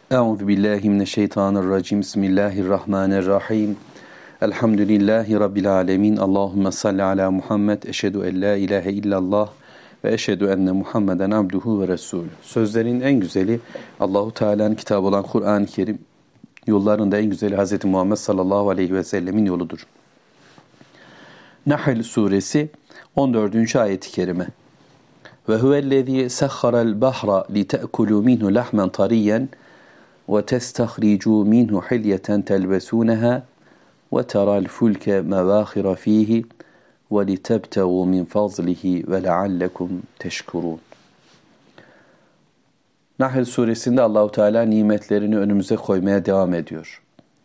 Euzu billahi mineşşeytanirracim. Bismillahirrahmanirrahim. Elhamdülillahi rabbil alamin. Allahumme salli ala Muhammed. Eşhedü en la ilahe illallah ve eşhedü enne Muhammeden abduhu ve resulü. Sözlerin en güzeli Allahu Teala'nın kitabı olan Kur'an-ı Kerim. Yolların da en güzeli Hz. Muhammed sallallahu aleyhi ve sellemin yoludur. Nahl suresi 14. ayet-i kerime. Ve huvellezî sahharal bahra lite'kulû minhu lahmen tariyyen وَتَسْتَخْرِجُوا مِنْهُ حِلْيَةً تَلْبَسُونَهَا وَتَرَى الْفُلْكَ مَوَاخِرَ فِيهِ وَلِتَبْتَغُوا مِنْ فَضْلِهِ وَلَعَلَّكُمْ تَشْكُرُونَ. Nahl suresinde Allahu Teala nimetlerini önümüze koymaya devam ediyor.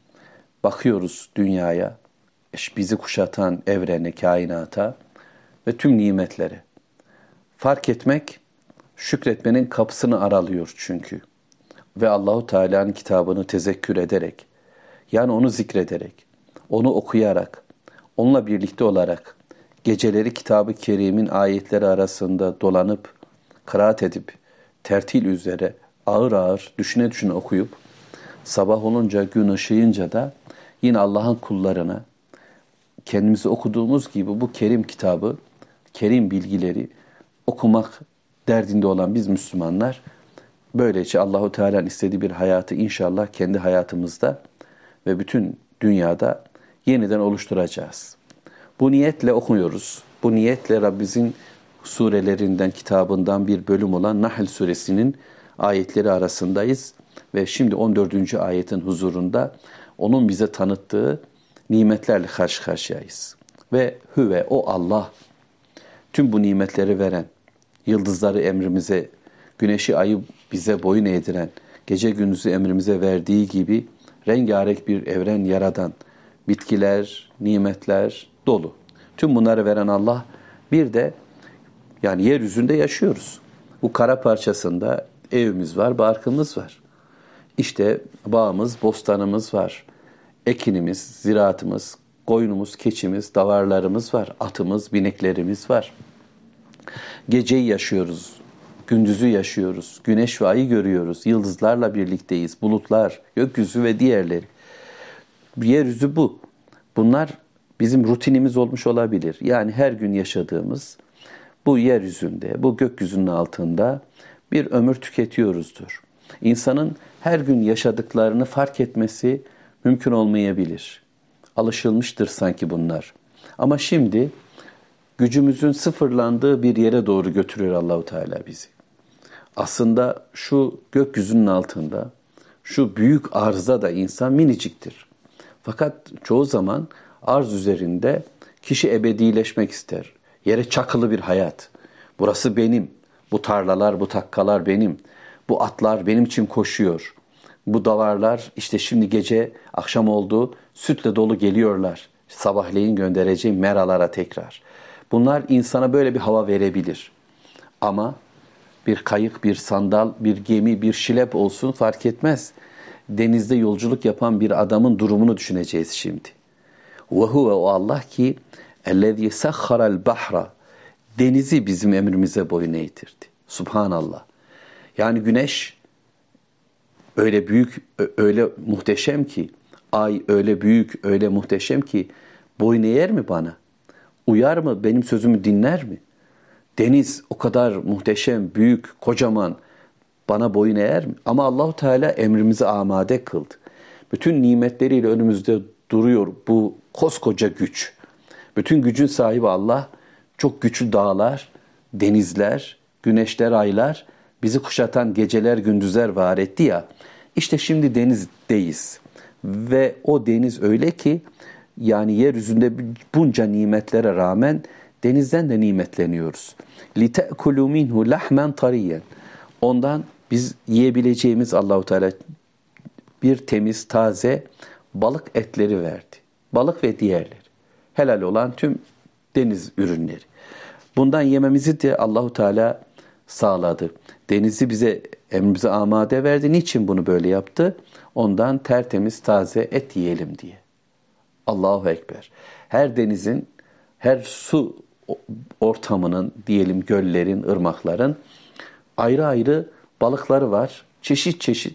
Bakıyoruz dünyaya, bizi kuşatan evrene, kainata ve tüm nimetlere. Fark etmek, şükretmenin kapısını aralıyor çünkü. Ve Allahu Teala'nın kitabını tezekkür ederek, yani onu zikrederek, onu okuyarak, onunla birlikte olarak, geceleri Kitab-ı Kerim'in ayetleri arasında dolanıp, kıraat edip, tertil üzere ağır ağır düşüne düşüne okuyup, sabah olunca, gün ışıyınca da yine Allah'ın kullarına, kendimizi okuduğumuz gibi bu Kerim kitabı, Kerim bilgileri okumak derdinde olan biz Müslümanlar, böylece Allahu Teala'nın istediği bir hayatı inşallah kendi hayatımızda ve bütün dünyada yeniden oluşturacağız. Bu niyetle okuyoruz. Bu niyetle Rabbimizin surelerinden, kitabından bir bölüm olan Nahl suresinin ayetleri arasındayız. Ve şimdi 14. ayetin huzurunda onun bize tanıttığı nimetlerle karşı karşıyayız. Ve Hüve, o Allah, tüm bu nimetleri veren, yıldızları emrimize, güneşi, ayı bize boyun eğdiren, gece gündüzü emrimize verdiği gibi rengarenk bir evren yaradan, bitkiler, nimetler dolu. Tüm bunları veren Allah, bir de yani yeryüzünde yaşıyoruz. Bu kara parçasında evimiz var, barkımız var. İşte bağımız, bostanımız var. Ekinimiz, ziraatımız, koyunumuz, keçimiz, davarlarımız var. Atımız, bineklerimiz var. Geceyi yaşıyoruz. Gündüzü yaşıyoruz. Güneş ve ayı görüyoruz. Yıldızlarla birlikteyiz. Bulutlar, gökyüzü ve diğerleri. Yeryüzü bu. Bunlar bizim rutinimiz olmuş olabilir. Yani her gün yaşadığımız bu yeryüzünde, bu gökyüzünün altında bir ömür tüketiyoruzdur. İnsanın her gün yaşadıklarını fark etmesi mümkün olmayabilir. Alışılmıştır sanki bunlar. Ama şimdi gücümüzün sıfırlandığı bir yere doğru götürüyor Allahu Teala bizi. Aslında şu gökyüzünün altında, şu büyük arzda da insan miniciktir. Fakat çoğu zaman arz üzerinde kişi ebedileşmek ister. Yere çakılı bir hayat. Burası benim. Bu tarlalar, bu takkalar benim. Bu atlar benim için koşuyor. Bu davarlar işte şimdi gece akşam oldu, sütle dolu geliyorlar. Sabahleyin göndereceğim meralara tekrar. Bunlar insana böyle bir hava verebilir. Ama bir kayık, bir sandal, bir gemi, bir şilep olsun fark etmez. Denizde yolculuk yapan bir adamın durumunu düşüneceğiz şimdi. Ve huve, o Allah ki ellezî sahharal bahra, denizi bizim emrimize boyun eğdirdi. Subhanallah. Yani güneş öyle büyük, öyle muhteşem ki, ay öyle büyük, öyle muhteşem ki boyun eğer mi bana? Uyar mı? Benim sözümü dinler mi? Deniz o kadar muhteşem, büyük, kocaman, bana boyun eğer mi? Ama Allahu Teala emrimizi amade kıldı. Bütün nimetleriyle önümüzde duruyor bu koskoca güç. Bütün gücün sahibi Allah, çok güçlü dağlar, denizler, güneşler, aylar, bizi kuşatan geceler, gündüzler var etti ya. İşte şimdi denizdeyiz. Ve o deniz öyle ki, yani yeryüzünde bunca nimetlere rağmen denizden de nimetleniyoruz. لِتَأْكُلُوا مِنْهُ لَحْمًا طَرِيًّا. Ondan biz yiyebileceğimiz Allahu Teala bir temiz, taze balık etleri verdi. Balık ve diğerleri. Helal olan tüm deniz ürünleri. Bundan yememizi de Allahu Teala sağladı. Denizi bize, emrimize amade verdi. Niçin bunu böyle yaptı? Ondan tertemiz, taze et yiyelim diye. Allahu Ekber. Her denizin, her su ortamının, diyelim göllerin, ırmakların ayrı ayrı balıkları var. Çeşit çeşit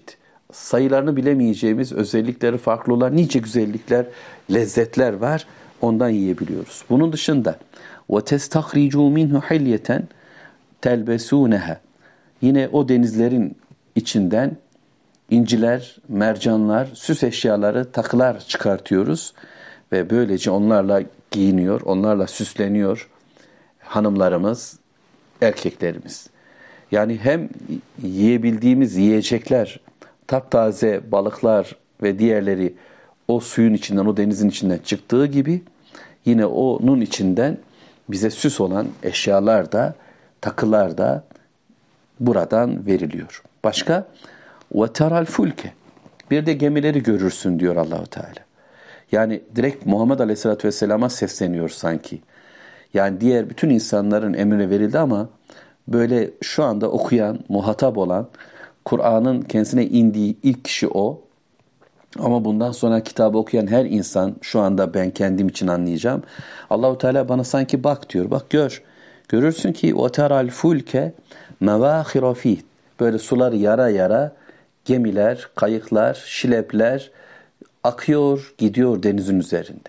sayılarını bilemeyeceğimiz özellikleri farklı olan nice güzellikler, lezzetler var. Ondan yiyebiliyoruz. Bunun dışında وَتَسْتَخْرِجُوا مِنْهُ حِلْيَةً تَلْبَسُونَهَا yine o denizlerin içinden inciler, mercanlar, süs eşyaları, takılar çıkartıyoruz ve böylece onlarla giyiniyor, onlarla süsleniyor hanımlarımız, erkeklerimiz. Yani hem yiyebildiğimiz yiyecekler, taptaze balıklar ve diğerleri o suyun içinden, o denizin içinden çıktığı gibi yine onun içinden bize süs olan eşyalar da, takılar da buradan veriliyor. Başka? وَتَرَى الْفُلْكَ bir de gemileri görürsün diyor Allah-u Teala. Yani direkt Muhammed Aleyhisselatü Vesselam'a sesleniyor sanki. Yani diğer bütün insanların emrine verildi ama böyle şu anda okuyan, muhatap olan, Kur'an'ın kendisine indiği ilk kişi o. Ama bundan sonra kitabı okuyan her insan, şu anda ben kendim için anlayacağım. Allah-u Teala bana sanki bak diyor, bak gör. Görürsün ki وَتَرَى الْفُلْكَ مَوَاخِرَ ف۪يهِ böyle suları yara yara gemiler, kayıklar, şilepler akıyor, gidiyor denizin üzerinde.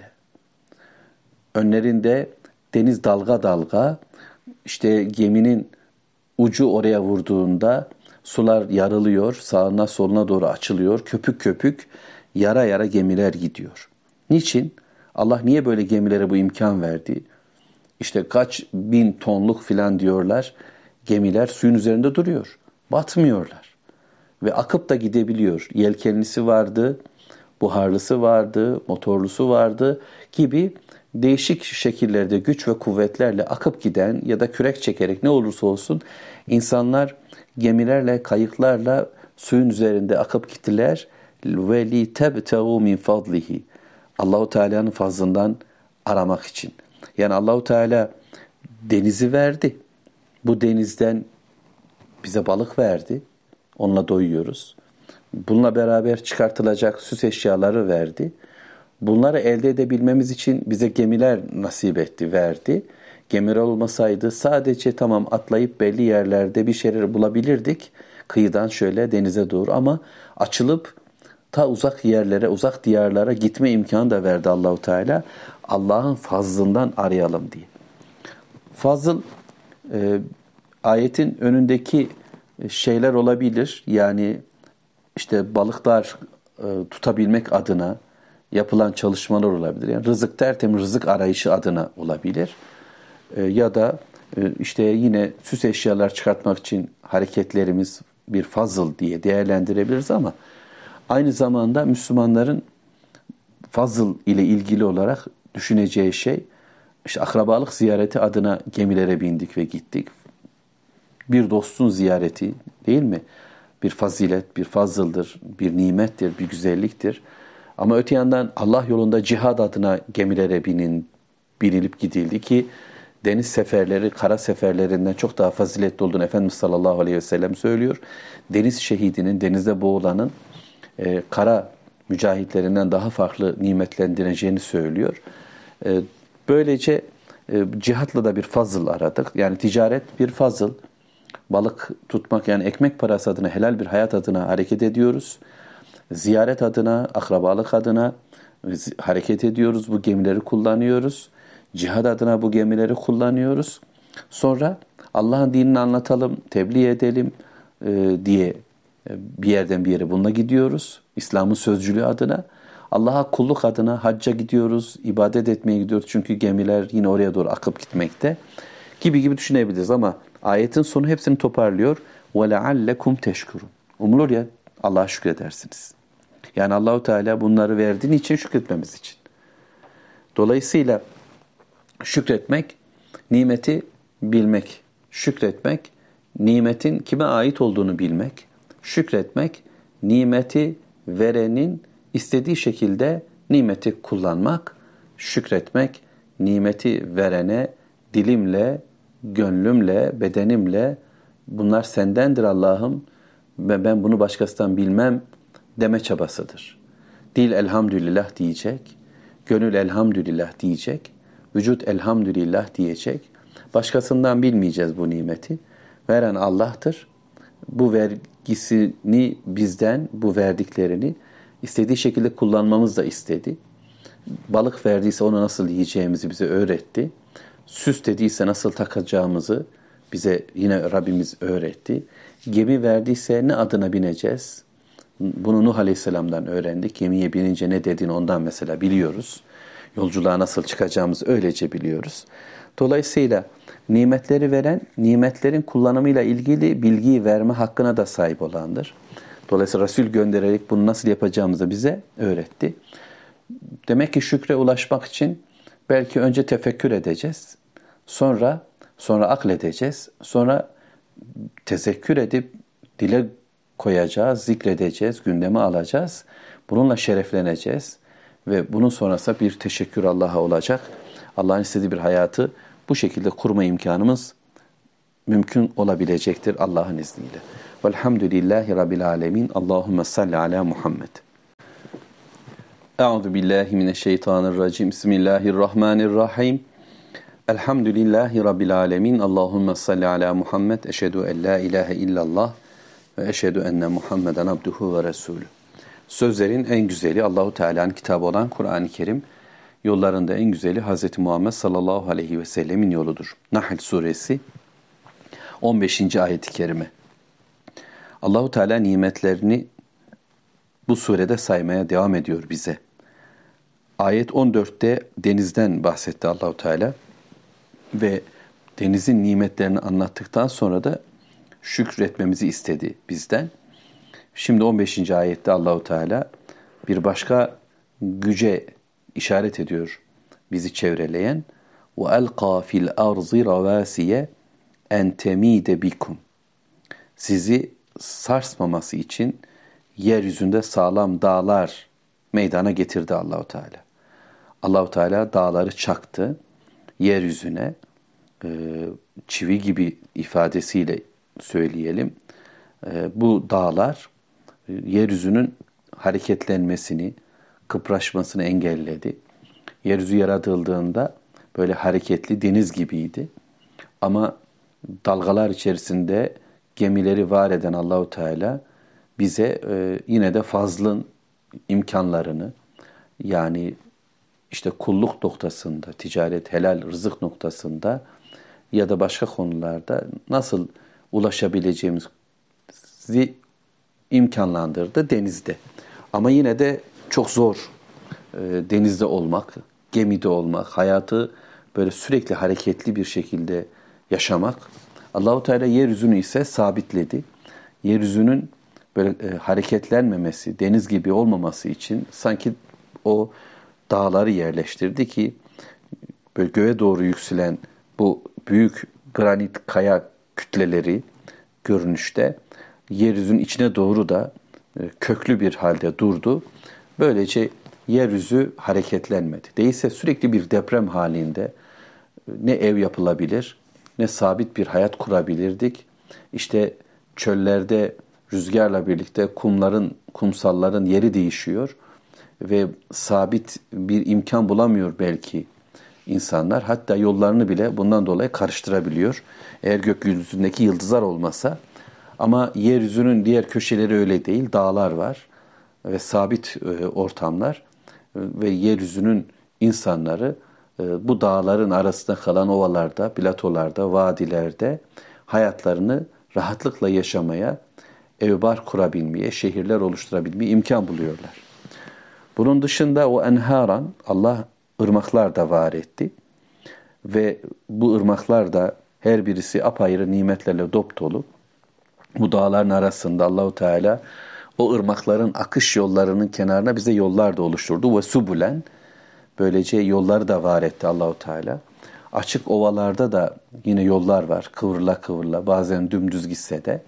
Önlerinde deniz dalga dalga, işte geminin ucu oraya vurduğunda sular yarılıyor, sağına soluna doğru açılıyor, köpük köpük, yara yara gemiler gidiyor. Niçin? Allah niye böyle gemilere bu imkan verdi? İşte kaç bin tonluk filan diyorlar, gemiler suyun üzerinde duruyor, batmıyorlar. Ve akıp da gidebiliyor. Yelkenlisi vardı, buharlısı vardı, motorlusu vardı gibi değişik şekillerde güç ve kuvvetlerle akıp giden ya da kürek çekerek ne olursa olsun insanlar gemilerle, kayıklarla suyun üzerinde akıp gittiler. Ve li tebtegu min fadlihi. Allahu Teala'nın fazlından aramak için. Yani Allahu Teala denizi verdi. Bu denizden bize balık verdi. Onunla doyuyoruz. Bununla beraber çıkartılacak süs eşyaları verdi. Bunları elde edebilmemiz için bize gemiler nasip etti, verdi. Gemiler olmasaydı sadece tamam atlayıp belli yerlerde bir şeyler bulabilirdik. Kıyıdan şöyle denize doğru ama açılıp ta uzak yerlere, uzak diyarlara gitme imkanı da verdi Allahu Teala. Allah'ın fazlından arayalım diye. Fazıl ayetin önündeki şeyler olabilir. Yani işte balıklar tutabilmek adına yapılan çalışmalar olabilir. Yani rızık tertemiz rızık arayışı adına olabilir. Ya da işte yine süs eşyalar çıkartmak için hareketlerimiz bir fazıl diye değerlendirebiliriz ama aynı zamanda Müslümanların fazıl ile ilgili olarak düşüneceği şey işte akrabalık ziyareti adına gemilere bindik ve gittik. Bir dostun ziyareti değil mi? Bir fazilet, bir fazıldır, bir nimettir, bir güzelliktir. Ama öte yandan Allah yolunda cihad adına gemilere binilip gidildi ki deniz seferleri, kara seferlerinden çok daha faziletli olduğunu Efendimiz sallallahu aleyhi ve sellem söylüyor. Deniz şehidinin, denizde boğulanın kara mücahitlerinden daha farklı nimetlendireceğini söylüyor. Böylece cihatla da bir fazıl aradık. Yani ticaret bir fazıl. Balık tutmak yani ekmek parası adına, helal bir hayat adına hareket ediyoruz. Ziyaret adına, akrabalık adına hareket ediyoruz. Bu gemileri kullanıyoruz. Cihad adına bu gemileri kullanıyoruz. Sonra Allah'ın dinini anlatalım, tebliğ edelim diye bir yerden bir yere bununla gidiyoruz. İslam'ın sözcülüğü adına. Allah'a kulluk adına hacca gidiyoruz, ibadet etmeye gidiyoruz. Çünkü gemiler yine oraya doğru akıp gitmekte. Gibi düşünebiliriz ama ayetin sonu hepsini toparlıyor. وَلَعَلَّكُمْ تَشْكُرُونَ umulur ya Allah'a şükredersiniz. Yani Allahu Teala bunları verdiğin için şükretmemiz için. Dolayısıyla şükretmek, nimeti bilmek. Şükretmek, nimetin kime ait olduğunu bilmek. Şükretmek, nimeti verenin istediği şekilde nimeti kullanmak. Şükretmek, nimeti verene dilimle, gönlümle, bedenimle bunlar sendendir Allah'ım ve ben bunu başkasından bilmem deme çabasıdır. Dil elhamdülillah diyecek, gönül elhamdülillah diyecek, vücut elhamdülillah diyecek. Başkasından bilmeyeceğiz bu nimeti. Veren Allah'tır. bu vergisini bizden, bu verdiklerini istediği şekilde kullanmamızı da istedi. Balık verdiyse onu nasıl yiyeceğimizi bize öğretti. Süs dediyse nasıl takacağımızı bize yine Rabbimiz öğretti. Gemi verdiyse ne adına bineceğiz? Bunu Nuh Aleyhisselam'dan öğrendik. Gemiye binince ne dediğini ondan mesela biliyoruz. Yolculuğa nasıl çıkacağımızı öylece biliyoruz. Dolayısıyla nimetleri veren, nimetlerin kullanımıyla ilgili bilgiyi verme hakkına da sahip olandır. Dolayısıyla Resul göndererek bunu nasıl yapacağımızı bize öğretti. Demek ki şükre ulaşmak için belki önce tefekkür edeceğiz. Sonra akledeceğiz. Sonra tezekkür edip dile koyacağız, zikredeceğiz, gündeme alacağız. Bununla şerefleneceğiz. Ve bunun sonrası bir teşekkür Allah'a olacak. Allah'ın istediği bir hayatı bu şekilde kurma imkanımız mümkün olabilecektir Allah'ın izniyle. Velhamdülillahi Rabbil alemin. Allahümme salli ala Muhammed. Euzu billahi mineşşeytanirracim. Bismillahirrahmanirrahim. Elhamdülillahi Rabbil alemin. Allahümme salli ala Muhammed. Eşhedü en la ilahe illallah ve eşhedü enne Muhammeden abduhu ve resulü. Sözlerin en güzeli Allahu Teala'nın kitabı olan Kur'an-ı Kerim, yollarında en güzeli Hz. Muhammed sallallahu aleyhi ve sellemin yoludur. Nahl suresi 15. ayet-i kerime. Allahu Teala nimetlerini bu surede saymaya devam ediyor bize. Ayet 14'te denizden bahsetti Allahu Teala ve denizin nimetlerini anlattıktan sonra da şükretmemizi istedi bizden. Şimdi 15. ayette Allahu Teala bir başka güce işaret ediyor bizi çevreleyen. وَأَلْقَى فِي الْأَرْضِ رَوَاسِيَ اَنْ تَم۪يدَ بِكُمْ. Sizi sarsmaması için yeryüzünde sağlam dağlar meydana getirdi Allahu Teala. Allahu Teala dağları çaktı yeryüzüne, çivi gibi ifadesiyle söyleyelim. Bu dağlar yeryüzünün hareketlenmesini, kıpraşmasını engelledi. Yeryüzü yaratıldığında böyle hareketli deniz gibiydi. Ama dalgalar içerisinde gemileri var eden Allahu Teala bize yine de fazlın imkanlarını, yani işte kulluk noktasında, ticaret, helal rızık noktasında ya da başka konularda nasıl ulaşabileceğimizi imkanlandırdı denizde. Ama yine de çok zor denizde olmak, gemide olmak, hayatı böyle sürekli hareketli bir şekilde yaşamak. Allahu Teala yeryüzünü ise sabitledi. Yeryüzünün böyle hareketlenmemesi, deniz gibi olmaması için sanki o dağları yerleştirdi ki böyle göğe doğru yükselen bu büyük granit kaya kütleleri görünüşte yeryüzünün içine doğru da köklü bir halde durdu. Böylece yeryüzü hareketlenmedi. Değilse sürekli bir deprem halinde ne ev yapılabilir, ne sabit bir hayat kurabilirdik. İşte çöllerde rüzgarla birlikte kumsalların yeri değişiyor ve sabit bir imkan bulamıyor belki insanlar. Hatta yollarını bile bundan dolayı karıştırabiliyor. Eğer gökyüzündeki yıldızlar olmasa. Ama yeryüzünün diğer köşeleri öyle değil. Dağlar var ve sabit ortamlar ve yeryüzünün insanları bu dağların arasında kalan ovalarda, platolarda, vadilerde hayatlarını rahatlıkla yaşamaya, evbar kurabilmeye, şehirler oluşturabilmeye imkan buluyorlar. Bunun dışında o enharan, Allah ırmaklar da var etti ve bu ırmaklar da her birisi apayrı nimetlerle dopdolu. Bu dağların arasında Allahu Teala o ırmakların akış yollarının kenarına bize yollar da oluşturdu ve subulen, böylece yolları da var etti Allahu Teala. Açık ovalarda da yine yollar var, kıvrıla kıvrıla, bazen dümdüz gitse de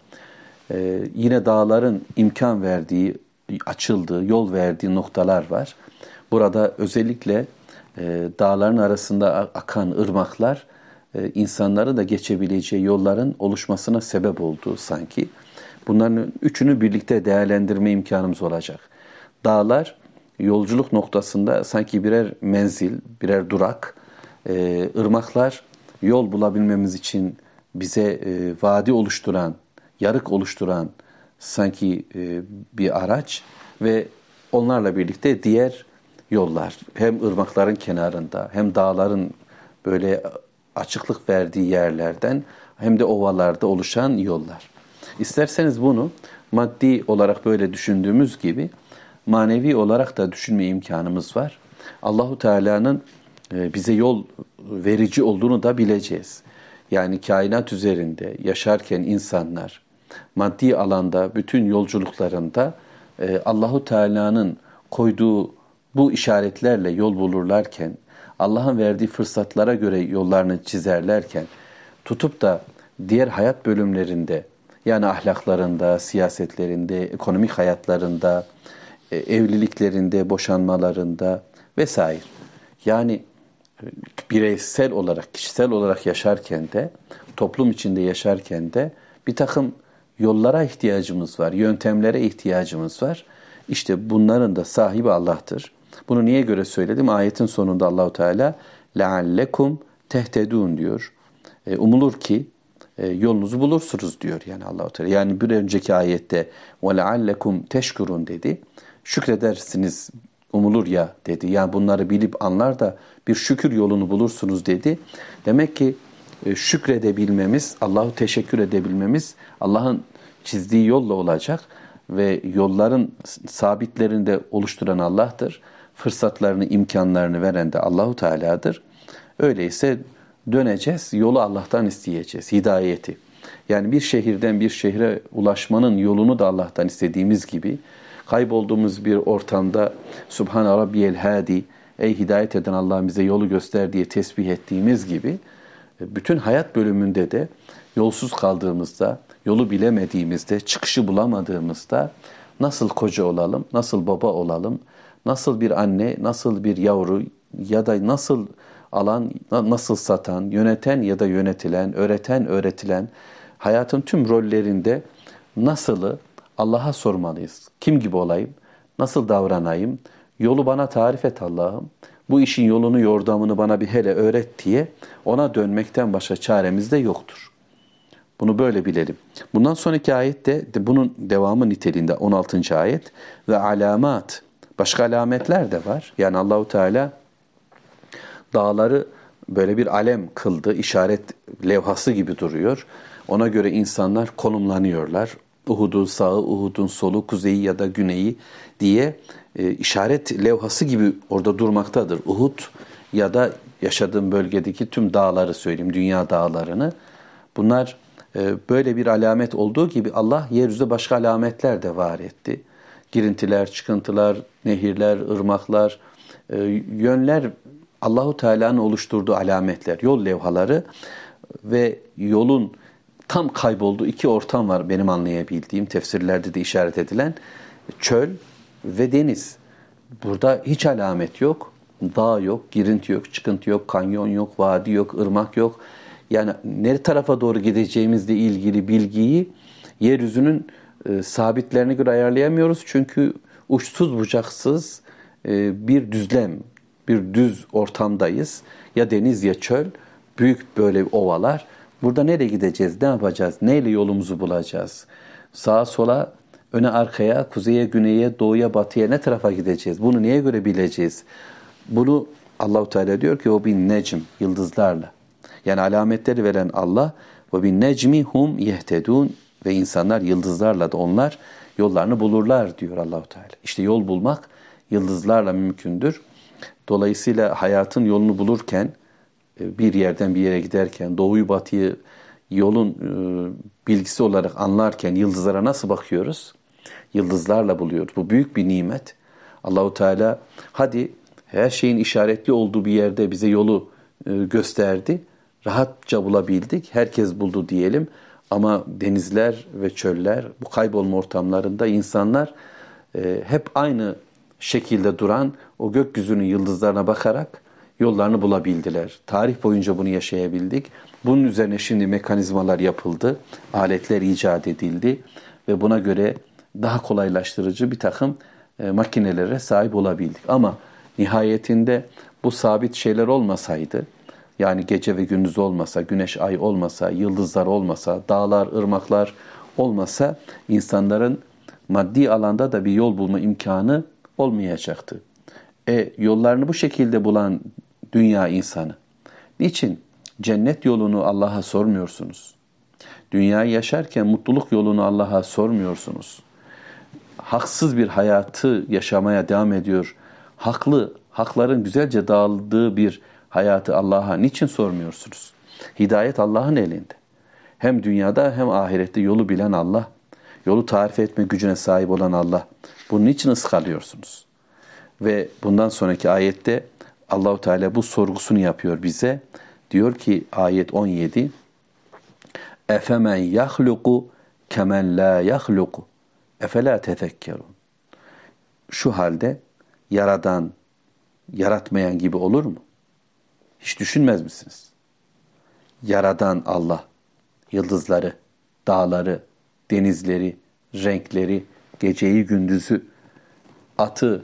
yine dağların imkan verdiği, açıldığı, yol verdiği noktalar var. Burada özellikle dağların arasında akan ırmaklar insanların da geçebileceği yolların oluşmasına sebep oldu sanki. Bunların üçünü birlikte değerlendirme imkanımız olacak. Dağlar yolculuk noktasında sanki birer menzil, birer durak. Irmaklar yol bulabilmemiz için bize vadi oluşturan, yarık oluşturan sanki bir araç ve onlarla birlikte diğer yollar, hem ırmakların kenarında hem dağların böyle açıklık verdiği yerlerden hem de ovalarda oluşan yollar. İsterseniz bunu maddi olarak böyle düşündüğümüz gibi manevi olarak da düşünme imkanımız var. Allahu Teala'nın bize yol verici olduğunu da bileceğiz. Yani kainat üzerinde yaşarken insanlar maddi alanda bütün yolculuklarında Allahu Teala'nın koyduğu bu işaretlerle yol bulurlarken, Allah'ın verdiği fırsatlara göre yollarını çizerlerken, tutup da diğer hayat bölümlerinde, yani ahlaklarında, siyasetlerinde, ekonomik hayatlarında, evliliklerinde, boşanmalarında vesaire. Yani bireysel olarak, kişisel olarak yaşarken de, toplum içinde yaşarken de bir takım yollara ihtiyacımız var, yöntemlere ihtiyacımız var. İşte bunların da sahibi Allah'tır. Bunu niye göre söyledim? Ayetin sonunda Allahu Teala لَعَلَّكُمْ تَهْتَدُونَ diyor. Umulur ki yolunuzu bulursunuz diyor yani Allahu Teala. Yani bir önceki ayette وَلَعَلَّكُمْ تَشْكُرُونَ dedi. Şükredersiniz umulur ya dedi. Yani bunları bilip anlar da bir şükür yolunu bulursunuz dedi. Demek ki şükredebilmemiz, Allah'u teşekkür edebilmemiz Allah'ın çizdiği yolla olacak ve yolların sabitlerini de oluşturan Allah'tır. Fırsatlarını, imkanlarını veren de Allahu Teala'dır. Öyleyse döneceğiz, yolu Allah'tan isteyeceğiz, hidayeti. Yani bir şehirden bir şehre ulaşmanın yolunu da Allah'tan istediğimiz gibi, kaybolduğumuz bir ortamda Subhane Rabbiyel Hadi, ey hidayet eden Allah'ım bize yolu göster diye tesbih ettiğimiz gibi, bütün hayat bölümünde de yolsuz kaldığımızda, yolu bilemediğimizde, çıkışı bulamadığımızda nasıl koca olalım, nasıl baba olalım, nasıl bir anne, nasıl bir yavru ya da nasıl alan, nasıl satan, yöneten ya da yönetilen, öğreten, öğretilen hayatın tüm rollerinde nasılı Allah'a sormalıyız. Kim gibi olayım, nasıl davranayım, yolu bana tarif et Allah'ım. Bu işin yolunu, yordamını bana bir hele öğret diye ona dönmekten başka çaremiz de yoktur. Bunu böyle bilelim. Bundan sonraki ayette de bunun devamı niteliğinde 16. ayet ve alamat. Başka alametler de var. Yani Allahu Teala dağları böyle bir alem kıldı. İşaret levhası gibi duruyor. Ona göre insanlar konumlanıyorlar. Uhud'un sağı, Uhud'un solu, kuzeyi ya da güneyi diye işaret levhası gibi orada durmaktadır. Uhud ya da yaşadığım bölgedeki tüm dağları söyleyeyim, dünya dağlarını. Bunlar böyle bir alamet olduğu gibi Allah yeryüzünde başka alametler de var etti. Girintiler, çıkıntılar, nehirler, ırmaklar, yönler Allahu Teala'nın oluşturduğu alametler, yol levhaları ve yolun tam kaybolduğu iki ortam var benim anlayabildiğim, tefsirlerde de işaret edilen çöl ve deniz. Burada hiç alamet yok, dağ yok, girinti yok, çıkıntı yok, kanyon yok, vadi yok, ırmak yok. Yani ne tarafa doğru gideceğimizle ilgili bilgiyi yeryüzünün sabitlerine göre ayarlayamıyoruz. Çünkü uçsuz bucaksız bir düzlem, bir düz ortamdayız. Ya deniz ya çöl, büyük böyle ovalar. Burada nereye gideceğiz, ne yapacağız, neyle yolumuzu bulacağız? Sağa sola, öne arkaya, kuzeye güneye, doğuya batıya ne tarafa gideceğiz? Bunu neye göre bileceğiz? Bunu Allahu Teala diyor ki o bin necm, yıldızlarla. Yani alametleri veren Allah ve bin necmi hum yehtedun ve insanlar yıldızlarla da onlar yollarını bulurlar diyor Allahu Teala. İşte yol bulmak yıldızlarla mümkündür. Dolayısıyla hayatın yolunu bulurken bir yerden bir yere giderken doğuyu batıyı yolun bilgisi olarak anlarken yıldızlara nasıl bakıyoruz? Yıldızlarla buluyoruz. Bu büyük bir nimet. Allahu Teala hadi her şeyin işaretli olduğu bir yerde bize yolu gösterdi. Rahatça bulabildik. Herkes buldu diyelim. Ama denizler ve çöller, bu kaybolma ortamlarında insanlar hep aynı şekilde duran o gökyüzünün yıldızlarına bakarak yollarını bulabildiler. Tarih boyunca bunu yaşayabildik. Bunun üzerine şimdi mekanizmalar yapıldı, aletler icat edildi ve buna göre daha kolaylaştırıcı bir takım makinelere sahip olabildik. Ama nihayetinde bu sabit şeyler olmasaydı, yani gece ve gündüz olmasa, güneş, ay olmasa, yıldızlar olmasa, dağlar, ırmaklar olmasa insanların maddi alanda da bir yol bulma imkanı olmayacaktı. Yollarını bu şekilde bulan dünya insanı, niçin cennet yolunu Allah'a sormuyorsunuz? Dünyayı yaşarken mutluluk yolunu Allah'a sormuyorsunuz. Haksız bir hayatı yaşamaya devam ediyor. Hakların güzelce dağıldığı bir hayatı Allah'a niçin sormuyorsunuz? Hidayet Allah'ın elinde. Hem dünyada hem ahirette yolu bilen Allah, yolu tarif etme gücüne sahip olan Allah. Bunun için ıskalıyorsunuz. Ve bundan sonraki ayette Allahu Teala bu sorgusunu yapıyor bize. Diyor ki ayet 17: Efemen yahluku kemen la yahluku efela tefekkerun. Şu halde yaradan, yaratmayan gibi olur mu? Hiç düşünmez misiniz? Yaradan Allah, yıldızları, dağları, denizleri, renkleri, geceyi, gündüzü, atı,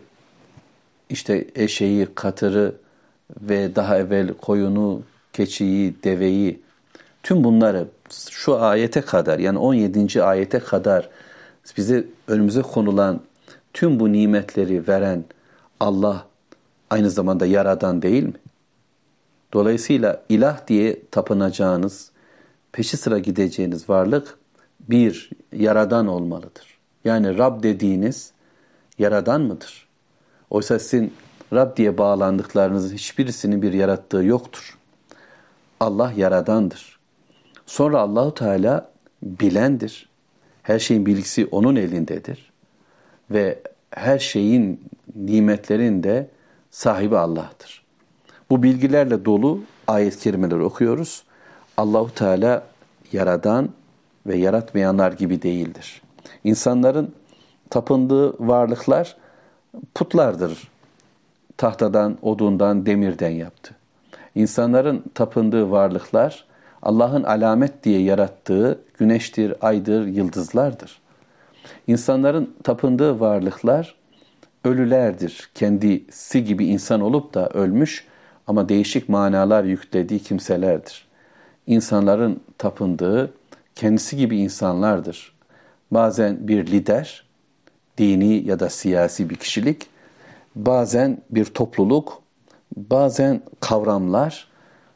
işte eşeği, katırı ve daha evvel koyunu, keçiyi, deveyi, tüm bunları şu ayete kadar, yani 17. ayete kadar bize önümüze konulan tüm bu nimetleri veren Allah aynı zamanda yaradan değil mi? Dolayısıyla ilah diye tapınacağınız, peşi sıra gideceğiniz varlık bir yaradan olmalıdır. Yani Rab dediğiniz yaradan mıdır? Oysa sizin Rab diye bağlandıklarınızın hiçbirisinin bir yarattığı yoktur. Allah yaradandır. Sonra Allahu Teala bilendir. Her şeyin bilgisi onun elindedir. Ve her şeyin, nimetlerin de sahibi Allah'tır. Bu bilgilerle dolu ayet-i kerimeleri okuyoruz. Allahu Teala yaradan ve yaratmayanlar gibi değildir. İnsanların tapındığı varlıklar putlardır. Tahtadan, odundan, demirden yaptı. İnsanların tapındığı varlıklar Allah'ın alamet diye yarattığı güneştir, aydır, yıldızlardır. İnsanların tapındığı varlıklar ölülerdir. Kendisi gibi insan olup da ölmüş ama değişik manalar yüklediği kimselerdir. İnsanların tapındığı kendisi gibi insanlardır. Bazen bir lider, dini ya da siyasi bir kişilik, bazen bir topluluk, bazen kavramlar,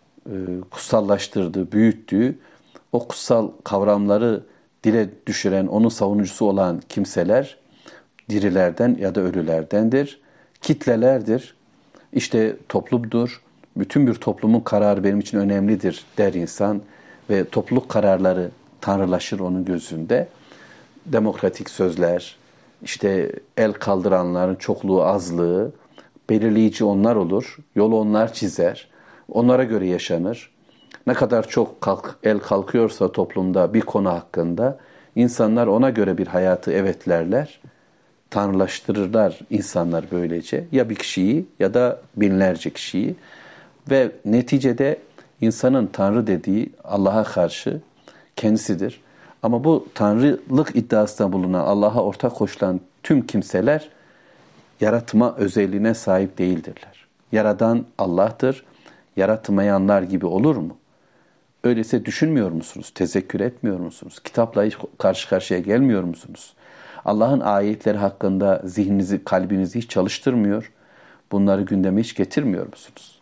kutsallaştırdığı, büyüttüğü, o kutsal kavramları dile düşüren, onun savunucusu olan kimseler dirilerden ya da ölülerdendir. Kitlelerdir. İşte toplumdur. Bütün bir toplumun kararı benim için önemlidir der insan ve topluluk kararları tanrılaşır onun gözünde. Demokratik sözler, işte el kaldıranların çokluğu, azlığı, belirleyici onlar olur. Yolu onlar çizer. Onlara göre yaşanır. Ne kadar çok el kalkıyorsa toplumda bir konu hakkında insanlar ona göre bir hayatı evetlerler. Tanrılaştırırlar insanlar böylece. Ya bir kişiyi ya da binlerce kişiyi. Ve neticede insanın Tanrı dediği Allah'a karşı kendisidir. Ama bu Tanrılık iddiasında bulunan, Allah'a ortak koşulan tüm kimseler yaratma özelliğine sahip değildirler. Yaradan Allah'tır. Yaratmayanlar gibi olur mu? Öyleyse düşünmüyor musunuz? Tezekkür etmiyor musunuz? Kitapla hiç karşı karşıya gelmiyor musunuz? Allah'ın ayetleri hakkında zihninizi, kalbinizi hiç çalıştırmıyor. Bunları gündeme hiç getirmiyor musunuz?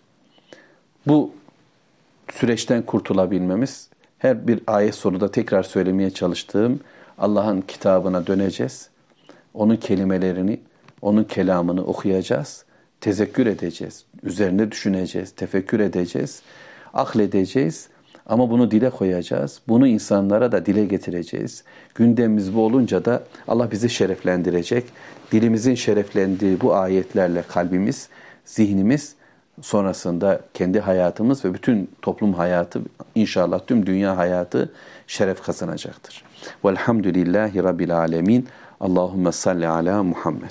Bu süreçten kurtulabilmemiz, her bir ayet sonunda tekrar söylemeye çalıştığım Allah'ın kitabına döneceğiz. Onun kelimelerini, onun kelamını okuyacağız. Tezekkür edeceğiz. Üzerinde düşüneceğiz. Tefekkür edeceğiz. Akledeceğiz. Ama bunu dile koyacağız. Bunu insanlara da dile getireceğiz. Gündemimiz bu olunca da Allah bizi şereflendirecek. Dilimizin şereflendiği bu ayetlerle kalbimiz, zihnimiz, sonrasında kendi hayatımız ve bütün toplum hayatı, inşallah tüm dünya hayatı şeref kazanacaktır. Velhamdülillahi Rabbil alemin. Allahümme salli ala Muhammed.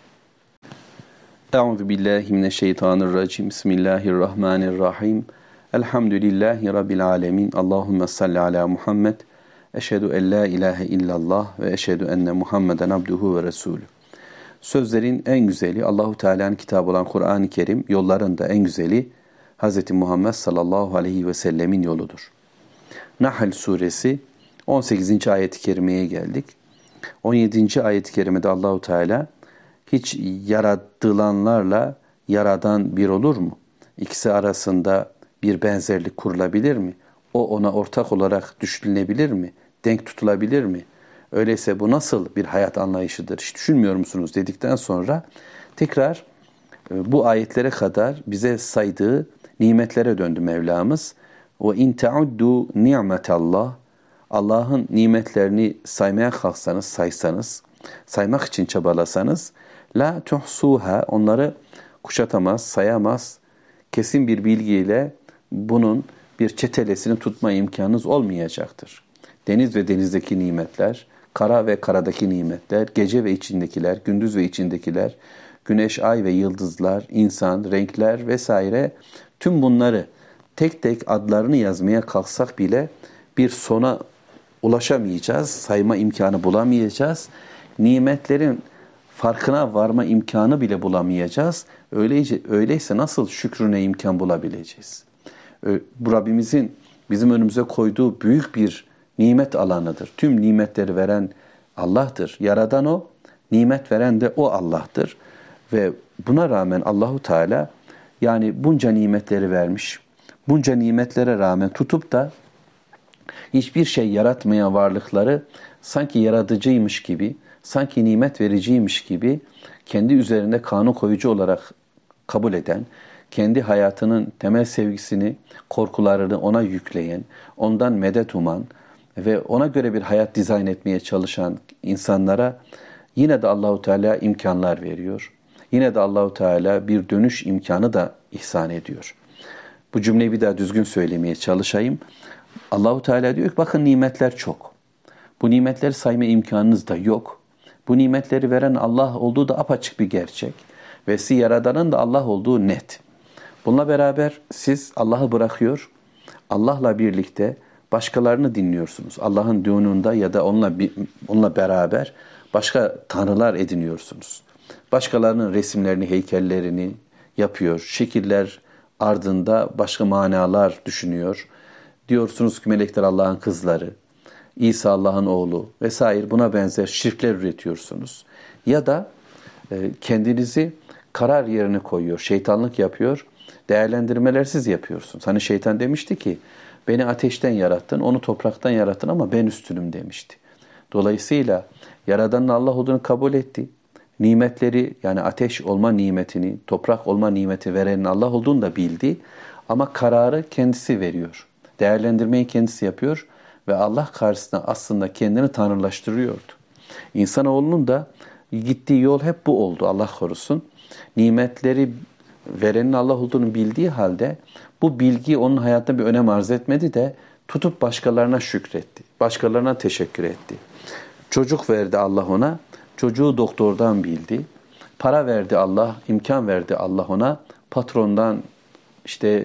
Euzu billahi mineşşeytanirracim. Bismillahirrahmanirrahim. Elhamdülillahi Rabbil alemin. Allahümme salli ala Muhammed. Eşhedü en la ilahe illallah ve eşhedü enne Muhammeden abduhu ve resulü. Sözlerin en güzeli Allahu Teala'nın kitabı olan Kur'an-ı Kerim, yolların da en güzeli Hz. Muhammed sallallahu aleyhi ve sellemin yoludur. Nahl suresi 18. ayet-i kerimeye geldik. 17. ayet-i kerimede Allahu Teala hiç yaratılanlarla yaradan bir olur mu? İkisi arasında bir benzerlik kurulabilir mi? O ona ortak olarak düşünülebilir mi? Denk tutulabilir mi? Öyleyse bu nasıl bir hayat anlayışıdır? Hiç düşünmüyor musunuz dedikten sonra tekrar bu ayetlere kadar bize saydığı nimetlere döndü Mevlamız. Ve in tauddu ni'metallah, Allah'ın nimetlerini saymaya kalksanız, saysanız, saymak için çabalasanız, la tuhsuha, onları kuşatamaz, sayamaz, kesin bir bilgiyle bunun bir çetelesini tutma imkanınız olmayacaktır. Deniz ve denizdeki nimetler, kara ve karadaki nimetler, gece ve içindekiler, gündüz ve içindekiler, güneş, ay ve yıldızlar, insan, renkler vesaire, tüm bunları tek tek adlarını yazmaya kalksak bile bir sona ulaşamayacağız, sayma imkanı bulamayacağız. Nimetlerin farkına varma imkanı bile bulamayacağız. Öyleyse nasıl şükrüne imkan bulabileceğiz? Bu Rabbimizin bizim önümüze koyduğu büyük bir nimet alanıdır. Tüm nimetleri veren Allah'tır. Yaradan O, nimet veren de O Allah'tır. Ve buna rağmen Allahu Teala yani bunca nimetleri vermiş. Bunca nimetlere rağmen tutup da hiçbir şey yaratmayan varlıkları sanki yaratıcıymış gibi, sanki nimet vericiymiş gibi kendi üzerinde kanun koyucu olarak kabul eden, kendi hayatının temel sevgisini, korkularını ona yükleyen, ondan medet uman ve ona göre bir hayat dizayn etmeye çalışan insanlara yine de Allahu Teala imkanlar veriyor. Yine de Allahu Teala bir dönüş imkanı da ihsan ediyor. Bu cümleyi bir daha düzgün söylemeye çalışayım. Allahu Teala diyor ki bakın nimetler çok. Bu nimetleri sayma imkanınız da yok. Bu nimetleri veren Allah olduğu da apaçık bir gerçek. Ve sizi yaradanın da Allah olduğu net. Bununla beraber siz Allah'ı bırakıyor, Allah'la birlikte başkalarını dinliyorsunuz. Allah'ın düğününde ya da onunla beraber başka tanrılar ediniyorsunuz. Başkalarının resimlerini, heykellerini yapıyor. Şekiller ardında başka manalar düşünüyor. Diyorsunuz ki melekler Allah'ın kızları, İsa Allah'ın oğlu vesaire buna benzer şirkler üretiyorsunuz. Ya da kendinizi karar yerine koyuyor, şeytanlık yapıyor, değerlendirmelersiz yapıyorsunuz. Hani şeytan demişti ki, beni ateşten yarattın, onu topraktan yarattın ama ben üstünüm demişti. Dolayısıyla Yaradan'ın Allah olduğunu kabul etti. Nimetleri yani ateş olma nimetini, toprak olma nimeti verenin Allah olduğunu da bildi. Ama kararı kendisi veriyor. Değerlendirmeyi kendisi yapıyor ve Allah karşısında aslında kendini tanrılaştırıyordu. İnsanoğlunun da gittiği yol hep bu oldu, Allah korusun. Nimetleri verenin Allah olduğunu bildiği halde bu bilgi onun hayatında bir önem arz etmedi de tutup başkalarına şükretti. Başkalarına teşekkür etti. Çocuk verdi Allah ona, çocuğu doktordan bildi. Para verdi Allah, imkan verdi Allah ona, patrondan işte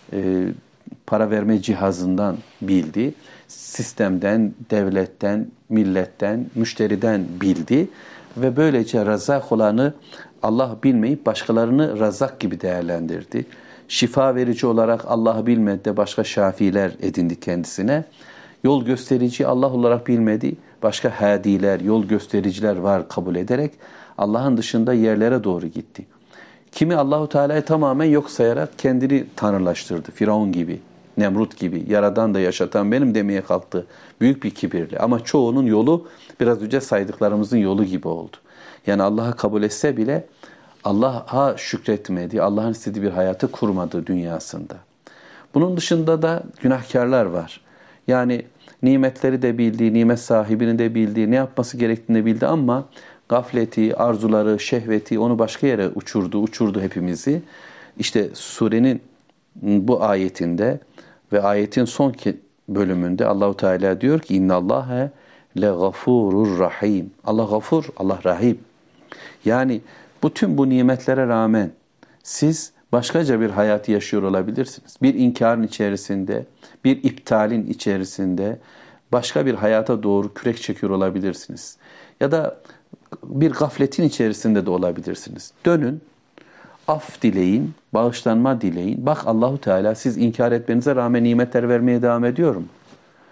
para verme cihazından bildi. Sistemden, devletten, milletten, müşteriden bildi. Ve böylece Razzak olanı Allah bilmeyip başkalarını Razzak gibi değerlendirdi. Şifa verici olarak Allah'ı bilmedi de başka şafiler edindi kendisine. Yol gösterici Allah olarak bilmedi, başka hadiler, yol göstericiler var kabul ederek Allah'ın dışında yerlere doğru gitti. Kimi Allahu Teala'yı tamamen yok sayarak kendini tanrılaştırdı. Firavun gibi, Nemrut gibi, yaradan da yaşatan benim demeye kalktı. Büyük bir kibirle. Ama çoğunun yolu biraz önce saydıklarımızın yolu gibi oldu. Yani Allah'ı kabul etse bile Allah'a şükretmedi, Allah'ın istediği bir hayatı kurmadı dünyasında. Bunun dışında da günahkarlar var. Yani nimetleri de bildi, nimet sahibini de bildi, ne yapması gerektiğini de bildi ama gafleti, arzuları, şehveti onu başka yere uçurdu hepimizi. İşte surenin bu ayetinde ve ayetin son bölümünde Allahu Teala diyor ki innallâhe legafurur rahim. Allah gafur, Allah rahim. Yani bütün bu nimetlere rağmen siz başkaca bir hayat yaşıyor olabilirsiniz. Bir inkarın içerisinde, bir iptalin içerisinde başka bir hayata doğru kürek çekiyor olabilirsiniz. Ya da bir gafletin içerisinde de olabilirsiniz. Dönün, af dileyin, bağışlanma dileyin. Bak Allahu Teala siz inkar etmenize rağmen nimetler vermeye devam ediyor mu?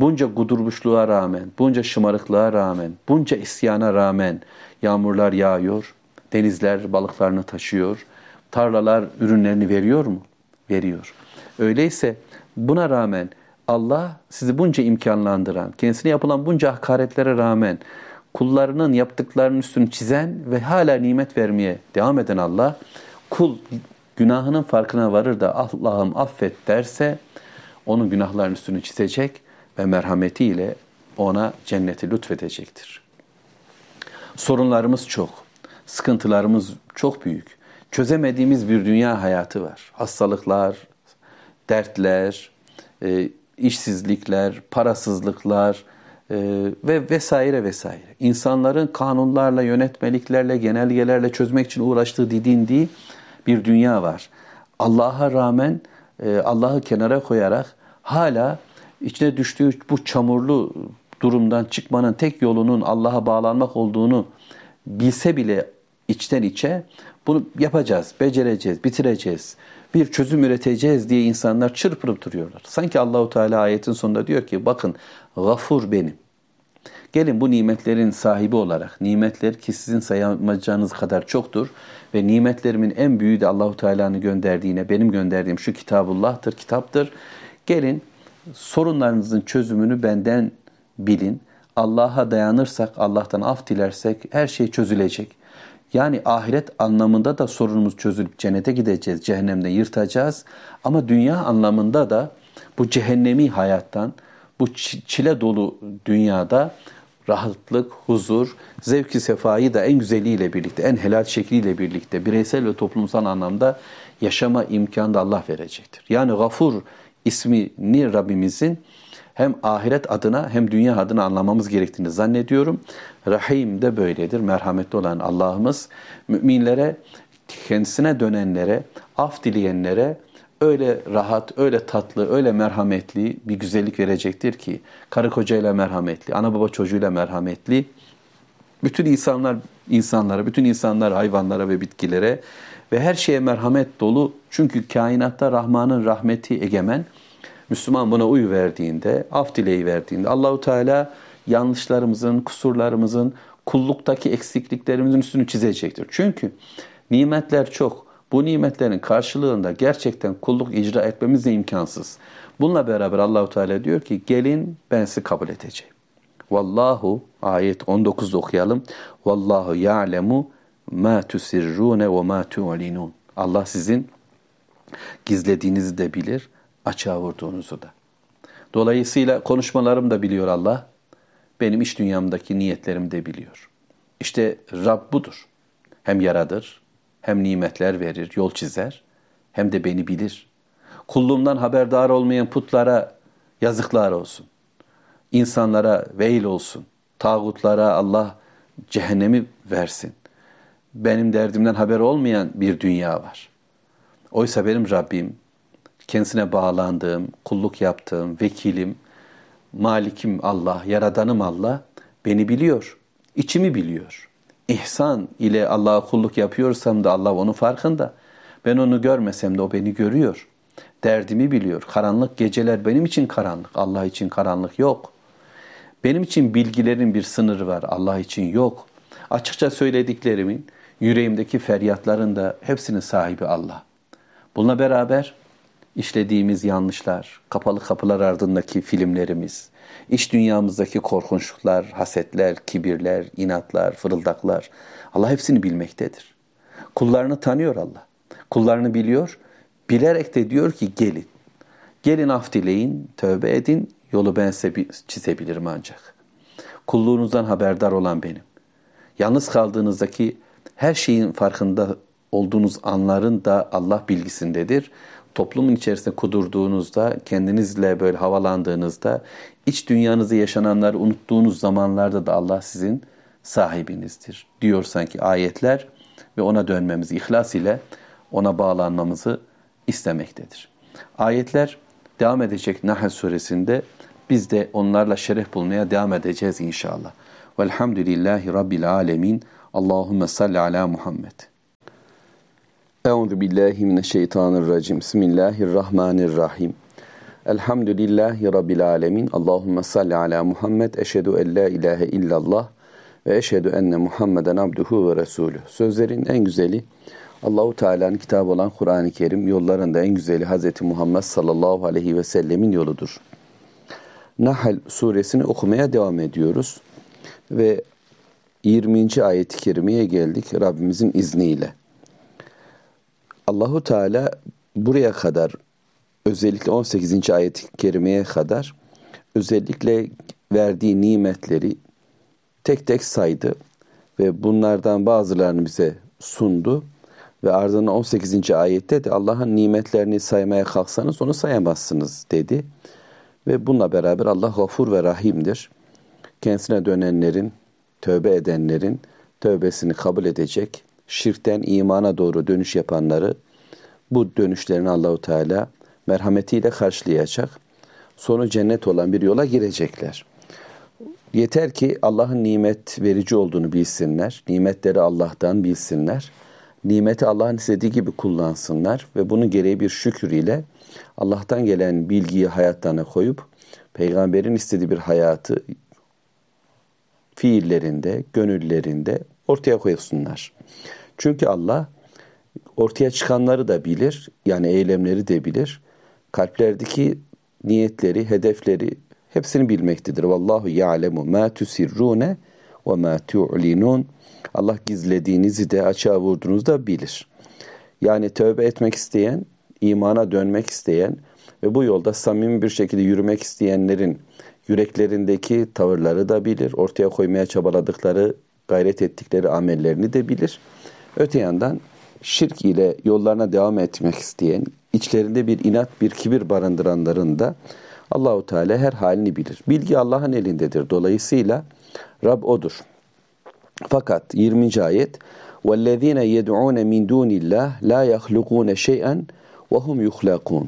bunca kudurmuşluğa rağmen, bunca şımarıklığa rağmen, bunca isyana rağmen yağmurlar yağıyor, denizler balıklarını taşıyor, tarlalar ürünlerini veriyor mu? Veriyor. Öyleyse buna rağmen Allah sizi bunca imkanlandıran, kendisine yapılan bunca hakaretlere rağmen kullarının yaptıklarının üstünü çizen ve hala nimet vermeye devam eden Allah, kul günahının farkına varır da Allah'ım affet derse onun günahlarının üstünü çizecek ve merhametiyle ona cenneti lütfedecektir. Sorunlarımız çok, sıkıntılarımız çok büyük. Çözemediğimiz bir dünya hayatı var. Hastalıklar, dertler, işsizlikler, parasızlıklar ve vesaire vesaire. İnsanların kanunlarla, yönetmeliklerle, genelgelerle çözmek için uğraştığı didindiği bir dünya var. Allah'a rağmen Allah'ı kenara koyarak hala içine düştüğü bu çamurlu durumdan çıkmanın tek yolunun Allah'a bağlanmak olduğunu bilse bile içten içe bunu yapacağız, becereceğiz, bitireceğiz, bir çözüm üreteceğiz diye insanlar çırpınıp duruyorlar. Sanki Allahu Teala ayetin sonunda diyor ki bakın gafur benim. Gelin bu nimetlerin sahibi olarak, nimetler ki sizin sayamayacağınız kadar çoktur ve nimetlerimin en büyüğü de Allahu Teala'nın gönderdiğine, benim gönderdiğim şu Kitabullah'tır, kitaptır. Gelin sorunlarınızın çözümünü benden bilin. Allah'a dayanırsak, Allah'tan af dilersek her şey çözülecek. Yani ahiret anlamında da sorunumuz çözülüp cennete gideceğiz, cehennemde yırtacağız. Ama dünya anlamında da bu cehennemi hayattan, bu çile dolu dünyada rahatlık, huzur, zevk-i sefayı da en güzeliyle birlikte, en helal şekliyle birlikte bireysel ve toplumsal anlamda yaşama imkanı da Allah verecektir. Yani Gafur ismini Rabbimizin hem ahiret adına hem dünya adına anlamamız gerektiğini zannediyorum. Rahim de böyledir. Merhametli olan Allah'ımız müminlere, kendisine dönenlere, af dileyenlere öyle rahat, öyle tatlı, öyle merhametli bir güzellik verecektir ki karı kocayla merhametli, ana baba çocuğuyla merhametli, bütün insanlara, bütün insanlar hayvanlara ve bitkilere ve her şeye merhamet dolu. Çünkü kainatta Rahman'ın rahmeti egemen. Müslüman buna uyu verdiğinde, af dileği verdiğinde Allahu Teala yanlışlarımızın, kusurlarımızın, kulluktaki eksikliklerimizin üstünü çizecektir. Çünkü nimetler çok. Bu nimetlerin karşılığında gerçekten kulluk icra etmemiz de imkansız. Bununla beraber Allahu Teala diyor ki gelin ben sizi kabul edeceğim. Vallahu ayet 19'da okuyalım. Vallahu ya'lemu ma tusirrune ve ma tu'linun. Allah sizin gizlediğinizi de bilir, açığa vurduğunuzu da. Dolayısıyla konuşmalarımı da biliyor Allah. Benim iç dünyamdaki niyetlerimi de biliyor. İşte Rab budur. Hem yaradır, hem nimetler verir, yol çizer, hem de beni bilir. Kulluğumdan haberdar olmayan putlara yazıklar olsun. İnsanlara veil olsun. Tağutlara Allah cehennemi versin. Benim derdimden haber olmayan bir dünya var. Oysa benim Rabbim, kendisine bağlandığım, kulluk yaptığım, vekilim, malikim Allah, yaradanım Allah beni biliyor, içimi biliyor. İhsan ile Allah'a kulluk yapıyorsam da Allah onun farkında. Ben onu görmesem de o beni görüyor. Derdimi biliyor. Karanlık geceler benim için karanlık, Allah için karanlık yok. Benim için bilgilerin bir sınırı var, Allah için yok. Açıkça söylediklerimin, yüreğimdeki feryatların da hepsinin sahibi Allah. Bununla beraber işlediğimiz yanlışlar, kapalı kapılar ardındaki filmlerimiz, iç dünyamızdaki korkunçluklar, hasetler, kibirler, inatlar, fırıldaklar, Allah hepsini bilmektedir. Kullarını tanıyor Allah. Kullarını biliyor, bilerek de diyor ki gelin. Gelin af dileyin, tövbe edin, yolu ben size çizebilirim ancak. Kulluğunuzdan haberdar olan benim. Yalnız kaldığınızdaki her şeyin farkında olduğunuz anların da Allah bilgisindedir. Toplumun içerisinde kudurduğunuzda, kendinizle böyle havalandığınızda, iç dünyanızda yaşananları unuttuğunuz zamanlarda da Allah sizin sahibinizdir. Diyor sanki ayetler ve ona dönmemizi, ihlas ile ona bağlanmamızı istemektedir. Ayetler devam edecek Nahl suresinde. Biz de onlarla şeref bulmaya devam edeceğiz inşallah. Velhamdülillahi Rabbil alemin. Allahümme salli ala Muhammed. Euzu billahi mineşşeytanirracim. Bismillahirrahmanirrahim. Elhamdülillahi Rabbil alemin. Allahümme salli ala Muhammed. Eşhedü en la ilahe illallah ve eşhedü enne Muhammeden abduhu ve resulü. Sözlerin en güzeli Allahu Teala'nın kitabı olan Kur'an-ı Kerim, yollarında en güzeli Hz. Muhammed sallallahu aleyhi ve sellemin yoludur. Nahl suresini okumaya devam ediyoruz ve 20. ayet-i kerimeye geldik Rabbimizin izniyle. Allahu Teala buraya kadar, özellikle 18. ayet-i kerimeye kadar özellikle verdiği nimetleri tek tek saydı ve bunlardan bazılarını bize sundu ve ardından 18. ayette de Allah'ın nimetlerini saymaya kalksanız onu sayamazsınız dedi. Ve bununla beraber Allah Gafur ve Rahim'dir. Kendisine dönenlerin, tövbe edenlerin tövbesini kabul edecek, şirkten imana doğru dönüş yapanları bu dönüşlerini Allahu Teala merhametiyle karşılayacak. Sonu cennet olan bir yola girecekler. Yeter ki Allah'ın nimet verici olduğunu bilsinler. Nimetleri Allah'tan bilsinler. Nimeti Allah'ın istediği gibi kullansınlar ve bunun gereği bir şükür ile Allah'tan gelen bilgiyi hayatlarına koyup peygamberin istediği bir hayatı fiillerinde, gönüllerinde ortaya koysunlar. Çünkü Allah ortaya çıkanları da bilir, yani eylemleri de bilir. Kalplerdeki niyetleri, hedefleri hepsini bilmektedir. Vallahu ya'lemu ma tusirrune ve ma tu'linun. Allah gizlediğinizi de açığa vurduğunuzu da bilir. Yani tövbe etmek isteyen, imana dönmek isteyen ve bu yolda samimi bir şekilde yürümek isteyenlerin yüreklerindeki tavırları da bilir. Ortaya koymaya çabaladıkları, gayret ettikleri amellerini de bilir. Öte yandan şirk ile yollarına devam etmek isteyen, içlerinde bir inat, bir kibir barındıranların da Allahu Teala her halini bilir. Bilgi Allah'ın elindedir. Dolayısıyla Rab O'dur. Fakat 20. ayet وَالَّذ۪ينَ يَدْعُونَ مِنْ دُونِ اللّٰهِ لَا يَخْلُقُونَ شَيْئًا وَهُمْ يُخْلَقُونَ.